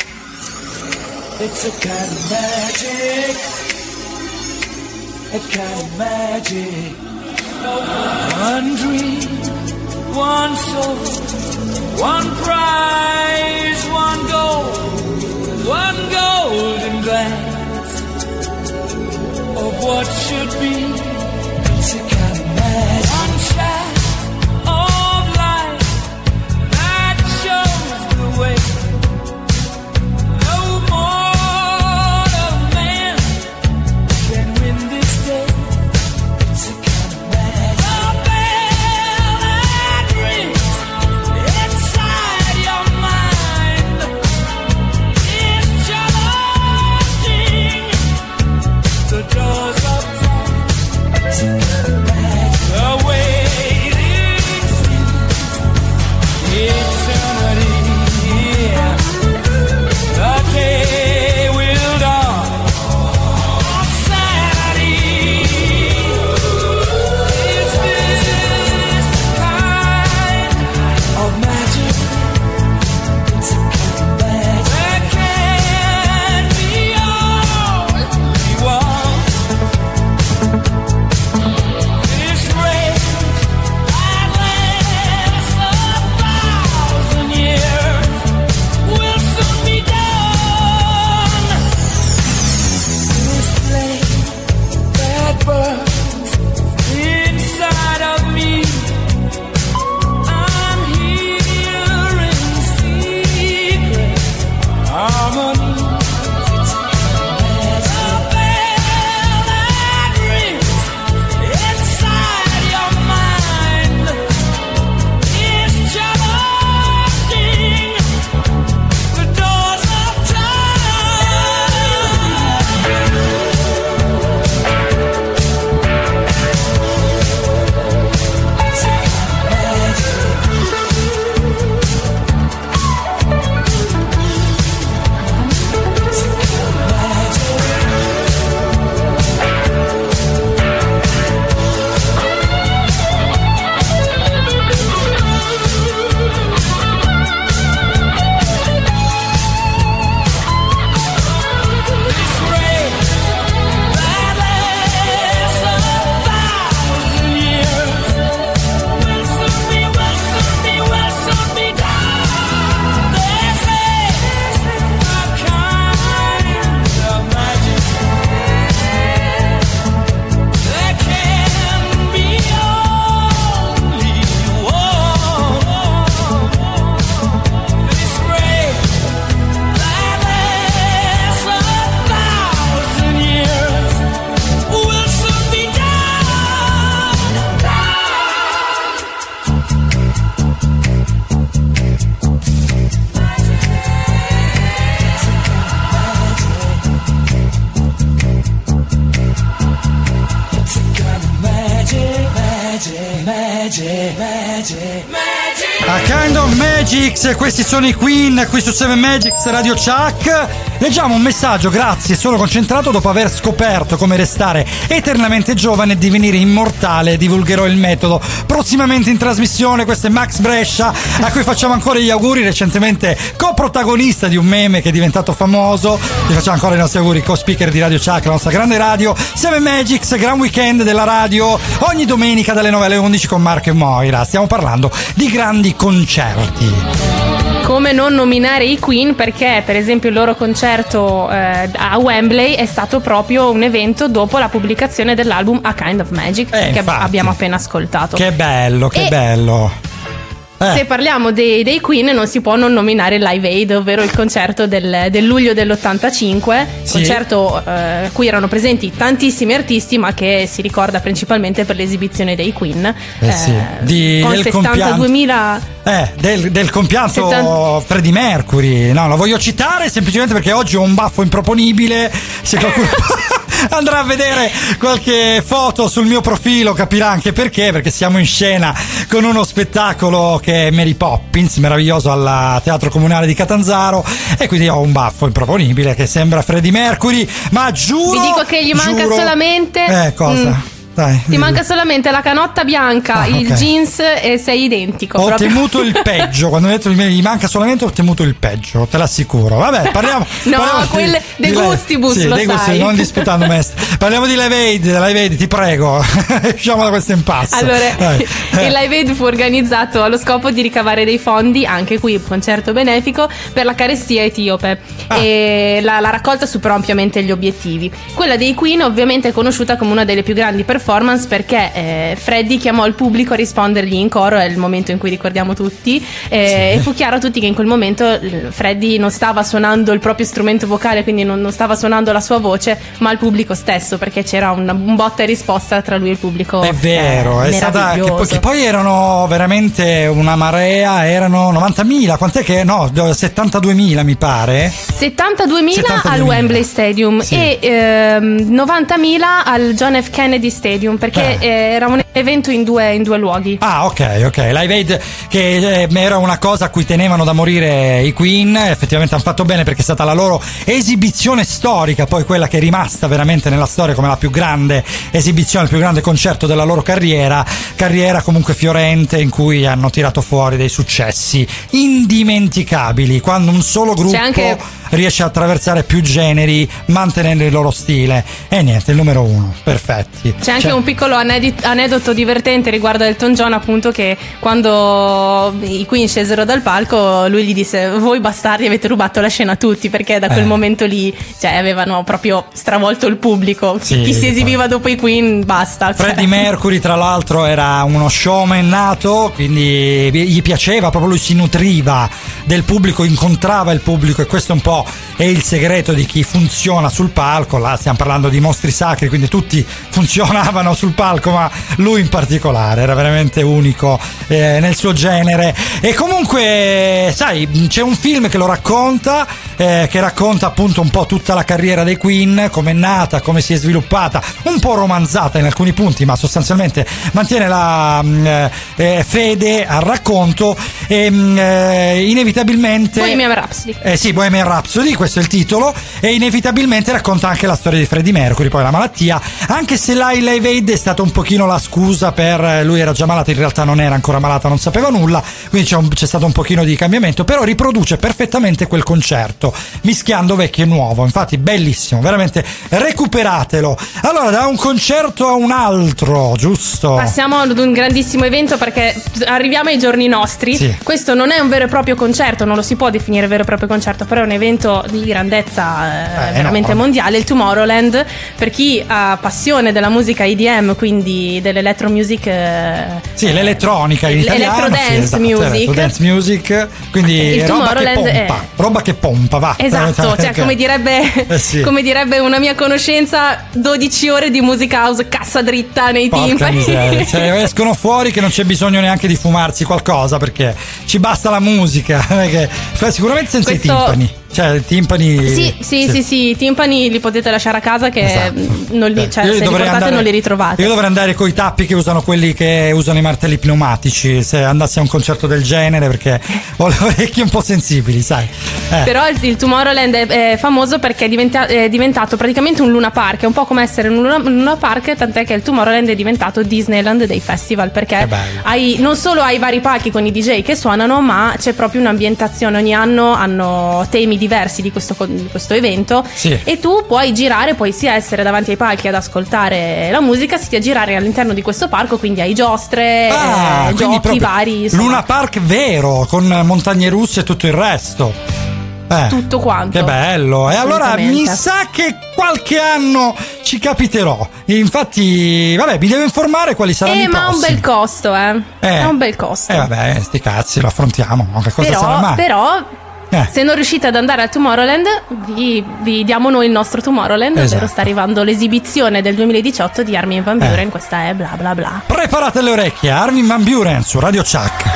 It's a kind of magic. A kind of magic. One dream, one soul, one prize, one goal, one golden glance of what should be. It's a kind of magic. One shot of light that shows the way. No mortal man can win this day. It's a kind of magic. A bell that rings inside your mind is challenging the doors of time. Magic, magic, magic. A Kind of Magics, questi sono i Queen qui su Seven Magics Radio Chuck. Leggiamo un messaggio, grazie, sono concentrato dopo aver scoperto come restare eternamente giovane e divenire immortale. Divulgherò il metodo prossimamente in trasmissione. Questo è Max Brescia, a cui facciamo ancora gli auguri, recentemente coprotagonista di un meme che è diventato famoso. Gli facciamo ancora i nostri auguri, co-speaker di Radio Chuck, la nostra grande radio. Seven Magics, gran weekend della radio, ogni domenica dalle nove alle undici con Marco e Moira. Stiamo parlando di grandi concerti. Come non nominare i Queen, perché per esempio il loro concerto eh, a Wembley è stato proprio un evento dopo la pubblicazione dell'album A Kind of Magic, eh, che infatti. abbiamo appena ascoltato. Che bello, che e bello. Eh. Se parliamo dei, dei Queen non si può non nominare il Live Aid, ovvero il concerto del, del luglio dell'ottantacinque, sì. Concerto eh, a cui erano presenti tantissimi artisti, ma che si ricorda principalmente per l'esibizione dei Queen, eh sì. eh, di, con del settantaduemila Eh, del, del compianto settanta Freddie Mercury. No, lo voglio citare semplicemente perché oggi ho un baffo improponibile. Se qualcuno andrà a vedere qualche foto sul mio profilo capirà anche perché, perché siamo in scena con uno spettacolo che è Mary Poppins, meraviglioso, al Teatro Comunale di Catanzaro, e quindi ho un baffo improponibile che sembra Freddie Mercury, ma giuro, vi dico che gli manca giuro, solamente eh cosa? Mm. Dai, ti dillo. manca solamente la canotta bianca, Ah, il ok. jeans, e sei identico. Ho proprio. temuto il peggio. Quando ho detto mi manca solamente, ho temuto il peggio, te l'assicuro. Vabbè, parliamo. No, parliamo quelle di- de di gustibus, sì, lo dei gusti, sai. non disputando maestro. Parliamo di Live Aid, Live Aid, ti prego. Usciamo da questo impasse. Allora, Dai. il Live Aid fu organizzato allo scopo di ricavare dei fondi, anche qui un concerto benefico, per la carestia etiope. Ah. E la, la raccolta superò ampiamente gli obiettivi. Quella dei Queen ovviamente è conosciuta come una delle più grandi performance, perché eh, Freddie chiamò il pubblico a rispondergli in coro, è il momento in cui ricordiamo tutti, eh, Sì. e fu chiaro a tutti che in quel momento eh, Freddie non stava suonando il proprio strumento vocale, quindi non, non stava suonando la sua voce, ma il pubblico stesso, perché c'era un, un botta e risposta tra lui e il pubblico. È vero, eh, è stata che poi, meraviglioso. che poi erano veramente una marea, erano novantamila, quant'è che no, settantaduemila mi pare. settantaduemila al settantaduemila. Wembley Stadium, Sì. e ehm, novantamila al John F. Kennedy Stadium, perché eh, era un evento in due, in due luoghi. Ah, ok, ok. Live Aid, che eh, era una cosa a cui tenevano da morire i Queen, effettivamente hanno fatto bene perché è stata la loro esibizione storica, poi quella che è rimasta veramente nella storia come la più grande esibizione, il più grande concerto della loro carriera, carriera comunque fiorente in cui hanno tirato fuori dei successi indimenticabili, quando un solo gruppo C'è anche- riesce a attraversare più generi mantenendo il loro stile. E niente, il numero uno, perfetti. C'è anche Cioè- un piccolo anedit- aneddoto divertente riguardo a Elton John, appunto, che quando i Queen scesero dal palco lui gli disse: voi bastardi avete rubato la scena a tutti, perché da quel Eh. momento lì, cioè, avevano proprio stravolto il pubblico. Sì, chi si poi- esibiva dopo i Queen basta, cioè. Freddie Mercury, tra l'altro, era uno showman nato, quindi gli piaceva, proprio lui si nutriva del pubblico, incontrava il pubblico, e questo un po' è il segreto di chi funziona sul palco. Là stiamo parlando di mostri sacri, quindi tutti funzionavano sul palco, ma lui in particolare era veramente unico eh, nel suo genere. E comunque, sai, c'è un film che lo racconta, eh, che racconta appunto un po' tutta la carriera dei Queen, come è nata, come si è sviluppata, un po' romanzata in alcuni punti, ma sostanzialmente mantiene la mh, eh, fede al racconto. E mh, eh, inevitabilmente Bohemian Rhapsody. eh sì, Bohemian Rhapsody, questo è il titolo, e inevitabilmente racconta anche la storia di Freddie Mercury, poi la malattia, anche se là il Live Aid è stato un pochino la scusa per lui, era già malato, in realtà non era ancora malato, non sapeva nulla, quindi c'è, un- c'è stato un pochino di cambiamento, però riproduce perfettamente quel concerto, mischiando vecchio e nuovo, infatti bellissimo, veramente recuperatelo. Allora, da un concerto a un altro, giusto? Passiamo ad un grandissimo evento, perché arriviamo ai giorni nostri. Sì. Questo non è un vero e proprio concerto, non lo si può definire vero e proprio concerto, però è un evento di grandezza eh, Eh, veramente no. mondiale, il Tomorrowland. Per chi ha passione della musica E D M, quindi dell'electro music, eh, Sì, l'elettronica in italiano, L'electro sì, dance esatto, music. electro dance music, quindi Il roba che Tomorrowland è- pompa, roba che pompa, va. esatto, cioè Ok. come direbbe, Eh sì. come direbbe una mia conoscenza, dodici ore di music house, cassa dritta nei Porca timpani. miseria, cioè, escono fuori che non c'è bisogno neanche di fumarsi qualcosa, perché ci basta la musica, non è che- sicuramente senza i Questo timpani. Cioè, i timpani. Sì, sì, sì, sì, i timpani li potete lasciare a casa che Esatto. non li, cioè, Io se li portate andare, non li ritrovate. Io dovrei andare coi tappi che usano quelli che usano i martelli pneumatici se andassi a un concerto del genere, perché ho le orecchie un po' sensibili, sai. Eh. Però il, il Tomorrowland è, è famoso perché è, diventa, è diventato praticamente un Luna Park, è un po' come essere un Luna, un Luna Park, tant'è che il Tomorrowland è diventato Disneyland dei festival, perché hai, non solo hai vari palchi con i D J che suonano, ma c'è proprio un'ambientazione, ogni anno hanno temi diversi di questo, di questo evento, sì. E tu puoi girare, puoi sia essere davanti ai palchi ad ascoltare la musica, sia girare all'interno di questo parco, quindi hai giostre, ah, eh, giochi vari, insomma. Luna Park vero, con montagne russe e tutto il resto. Eh, tutto quanto. Che bello. E allora mi sa che qualche anno ci capiterò. Infatti, vabbè, mi devo informare quali saranno eh, i prossimi. Ma ha un bel costo, eh. eh. È un bel costo. Eh vabbè, sti cazzi, lo affrontiamo. Che cosa però, sarà mai? Però Eh. se non riuscite ad andare al Tomorrowland, vi, vi diamo noi il nostro Tomorrowland, Esatto. ovvero sta arrivando l'esibizione del duemiladiciotto di Armin van Buuren. Eh. Questa è bla bla bla. Preparate le orecchie, Armin van Buuren su Radio Chuck.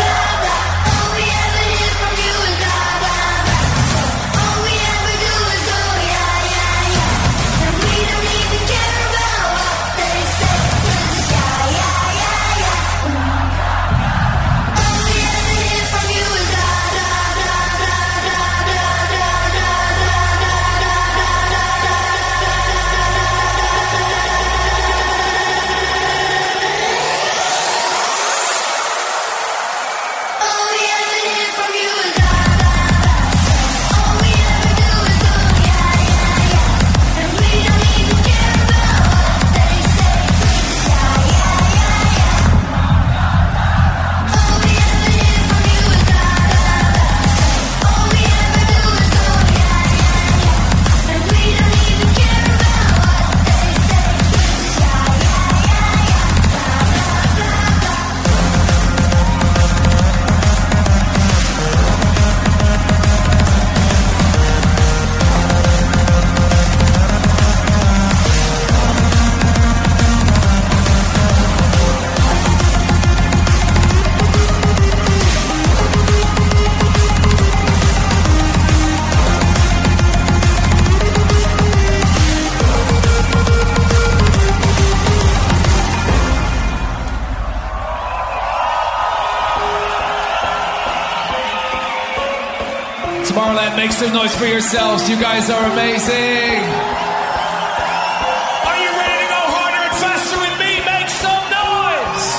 Tomorrowland, make some noise for yourselves. You guys are amazing. Are you ready to go harder and faster with me? Make some noise.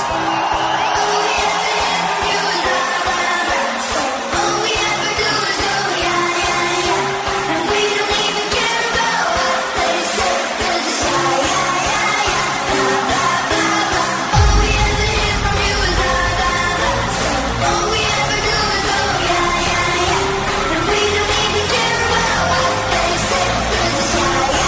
Yeah.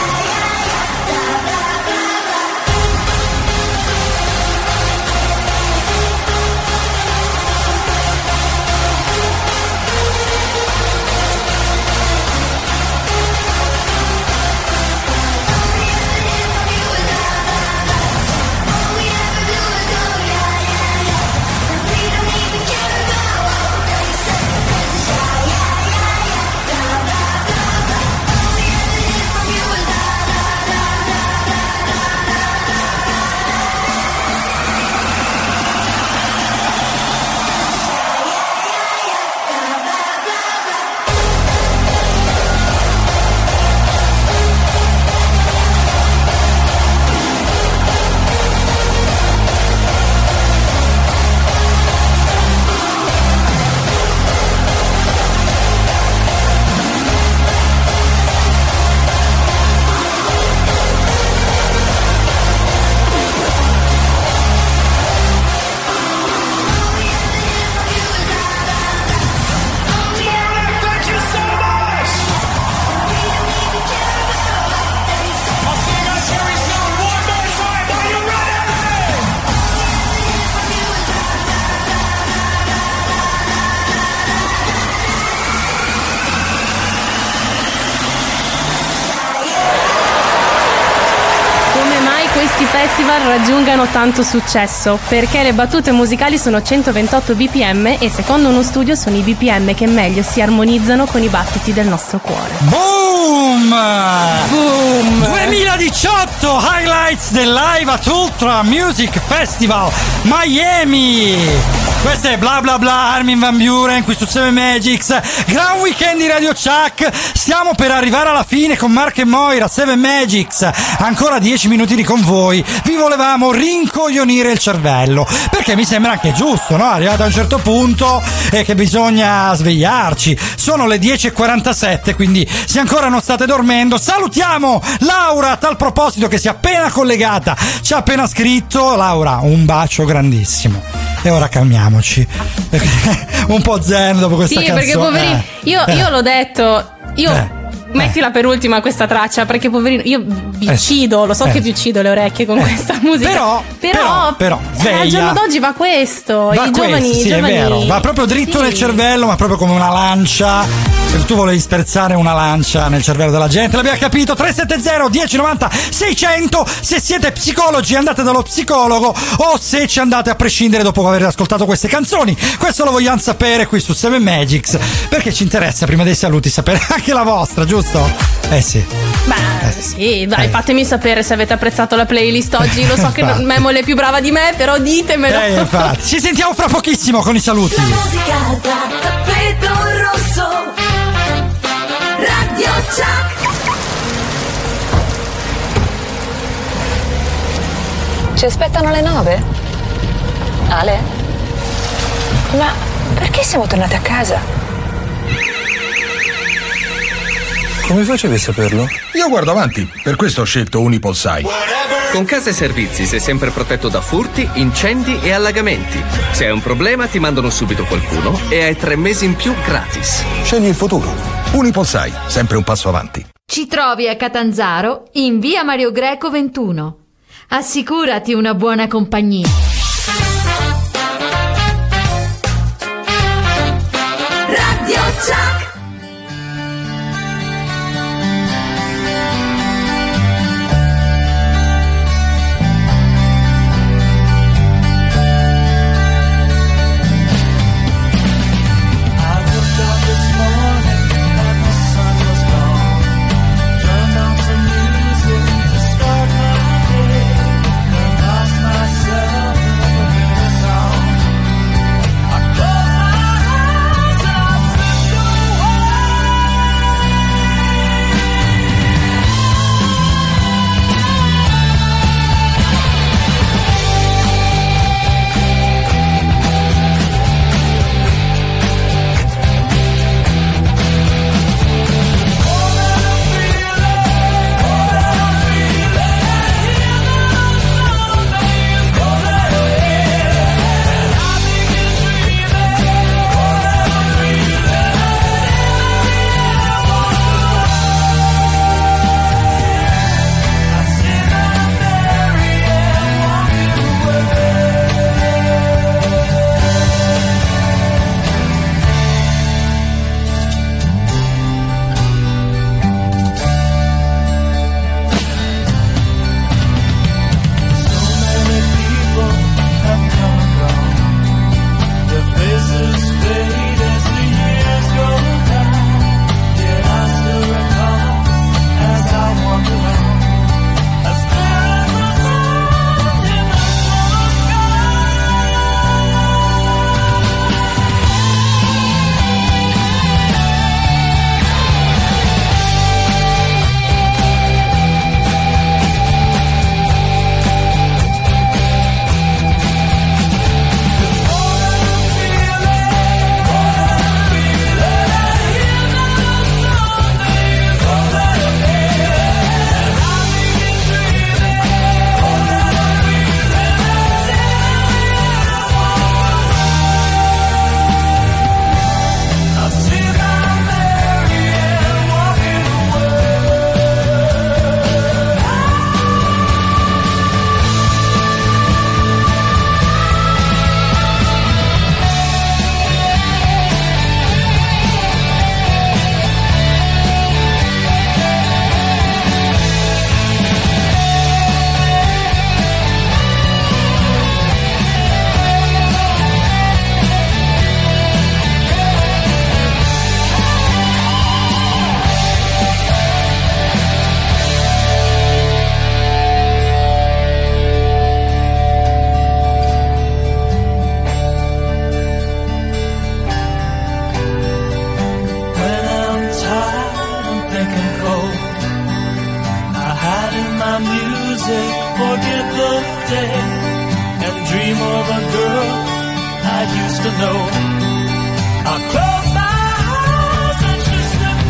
questi festival raggiungano tanto successo, perché le battute musicali sono centoventotto B P M e secondo uno studio sono i B P M che meglio si armonizzano con i battiti del nostro cuore. Boom! Boom! duemiladiciotto highlights del Live at Ultra Music Festival Miami. Questo è Bla Bla Bla, Armin van Buuren qui su Seven Magics. Gran weekend di Radio Chuck. Stiamo per arrivare alla fine con Mark e Moira, Seven Magics. Ancora dieci minuti di con voi. Vi volevamo rincoglionire il cervello, perché mi sembra anche giusto, no? Arrivato a un certo punto e che bisogna svegliarci. Sono le dieci e quarantasette, quindi se ancora non state dormendo, salutiamo Laura a tal proposito che si è appena collegata. Ci ha appena scritto. Laura, un bacio grandissimo. E ora calmiamoci. Un po' zen dopo questa sì, canzone. Sì, perché poverino. Io, eh. io l'ho detto. Io. Eh. Mettila per ultima questa traccia, perché poverino, io vi uccido, lo so eh. che vi uccido le orecchie con eh. questa musica. Però, però, però, sveglia. Al giorno d'oggi va questo. Va I questo, giovani, sì, i giovani. È vero. Va proprio dritto sì. nel cervello, ma proprio come una lancia. Tu volevi sperzare una lancia nel cervello della gente, l'abbiamo capito. Tre sette zero uno zero nove zero sei zero zero. Se siete psicologi andate dallo psicologo, o se ci andate a prescindere dopo aver ascoltato queste canzoni. Questo lo vogliamo sapere qui su Seven Magics, perché ci interessa prima dei saluti sapere anche la vostra, giusto? Eh sì. Beh, eh. sì, dai, eh. fatemi sapere se avete apprezzato la playlist oggi. Lo so che Memole è più brava di me, però ditemelo. Eh, infatti. Ci sentiamo fra pochissimo con i saluti. La musica da tappeto rosso. Radio Chuck. Ci aspettano alle nove? Ale? Ma perché siamo tornati a casa? Come facevi a saperlo? Io guardo avanti, per questo ho scelto Unipolsai. Con Casa e Servizi sei sempre protetto da furti, incendi e allagamenti. Se hai un problema ti mandano subito qualcuno e hai tre mesi in più gratis. Scegli il futuro. Unipolsai, sempre un passo avanti. Ci trovi a Catanzaro in via Mario Greco ventuno. Assicurati una buona compagnia. Radio Chuck. Myself forget the day and dream of a girl I used to know. I close my eyes and she slipped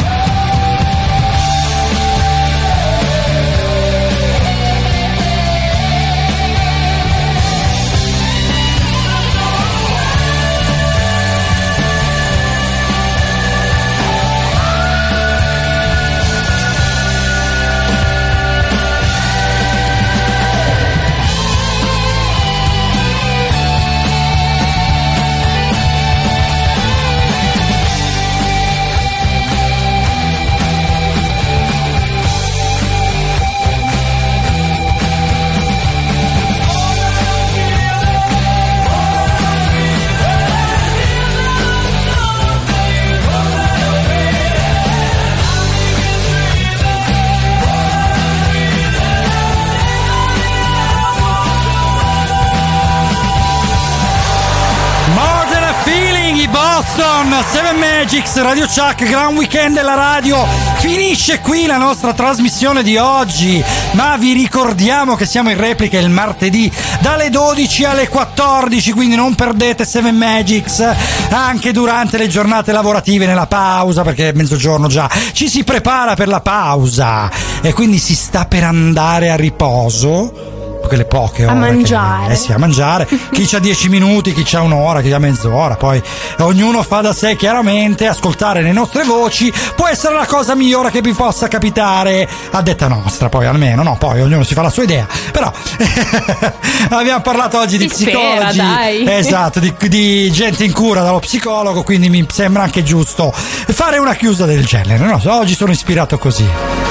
Boston, Seven Magics, Radio Chuck, gran weekend della radio. Finisce qui la nostra trasmissione di oggi, ma vi ricordiamo che siamo in replica il martedì dalle dodici alle quattordici, quindi non perdete Seven Magics anche durante le giornate lavorative, nella pausa, perché è mezzogiorno già, ci si prepara per la pausa e quindi si sta per andare a riposo. Quelle poche ore a mangiare che, eh sì, a mangiare chi c'ha dieci minuti, chi c'ha un'ora, chi ha mezz'ora, poi ognuno fa da sé. Chiaramente ascoltare le nostre voci può essere la cosa migliore che vi possa capitare, a detta nostra, poi almeno, no, poi ognuno si fa la sua idea, però abbiamo parlato oggi di si psicologi, spera, dai. esatto, di, di gente in cura dallo psicologo, quindi mi sembra anche giusto fare una chiusa del genere, no? Oggi sono ispirato così.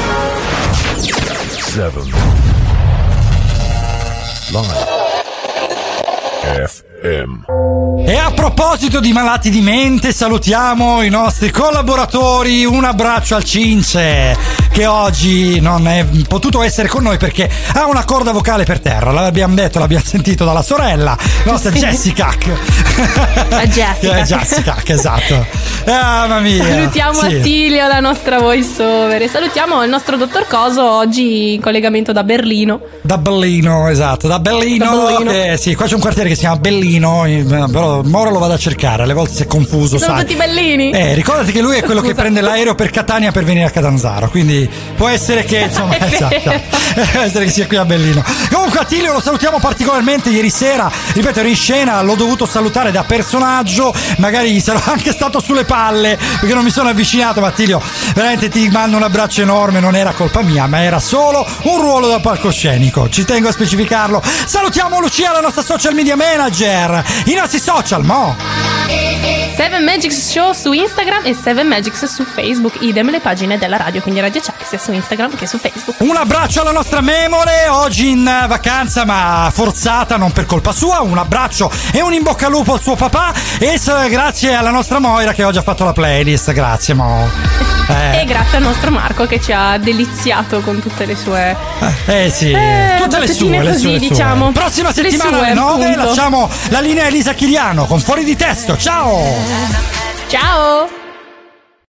Seven. F M. E a proposito di malati di mente, salutiamo i nostri collaboratori. Un abbraccio al Cince, che oggi non è potuto essere con noi perché ha una corda vocale per terra. L'abbiamo detto, l'abbiamo sentito dalla sorella, nostra Jessica. La Jessica. Jessica, esatto. Ah, mamma mia. Salutiamo sì. Attilio, la nostra voice over. E salutiamo il nostro dottor Coso, oggi in collegamento da Berlino. Da Bellino, esatto, da Bellino. Da Bellino. Che, sì, qua c'è un quartiere che si chiama Bellino, però ora lo vado a cercare, alle volte si è confuso. Sono sai. tutti bellini. Eh, ricordati che lui è quello Scusa. che prende l'aereo per Catania per venire a Catanzaro, quindi può essere che insomma È esatto, vero. può essere che sia qui a Bellino. Comunque Attilio lo salutiamo particolarmente. Ieri sera, ripeto, ero in scena, l'ho dovuto salutare da personaggio, magari gli sarò anche stato sulle palle perché non mi sono avvicinato, ma Attilio veramente ti mando un abbraccio enorme, non era colpa mia, ma era solo un ruolo da palcoscenico, ci tengo a specificarlo. Salutiamo Lucia, la nostra social media manager, i nostri social, mo Seven Magics Show su Instagram e Seven Magics su Facebook, idem le pagine della radio, quindi Radio Chuck sia su Instagram che su Facebook. Un abbraccio alla nostra Memole, oggi in vacanza ma forzata, non per colpa sua. Un abbraccio e un in bocca al lupo al suo papà, e grazie alla nostra Moira che oggi ha fatto la playlist. Grazie Mo. Eh. E grazie al nostro Marco che ci ha deliziato con tutte le sue Eh sì, eh, tutte le sue, così, le sue, le sue. diciamo. Prossima settimana sue, alle nove appunto. lasciamo la linea a Elisa Chiriano con Fuori di Testo. Ciao. Ciao.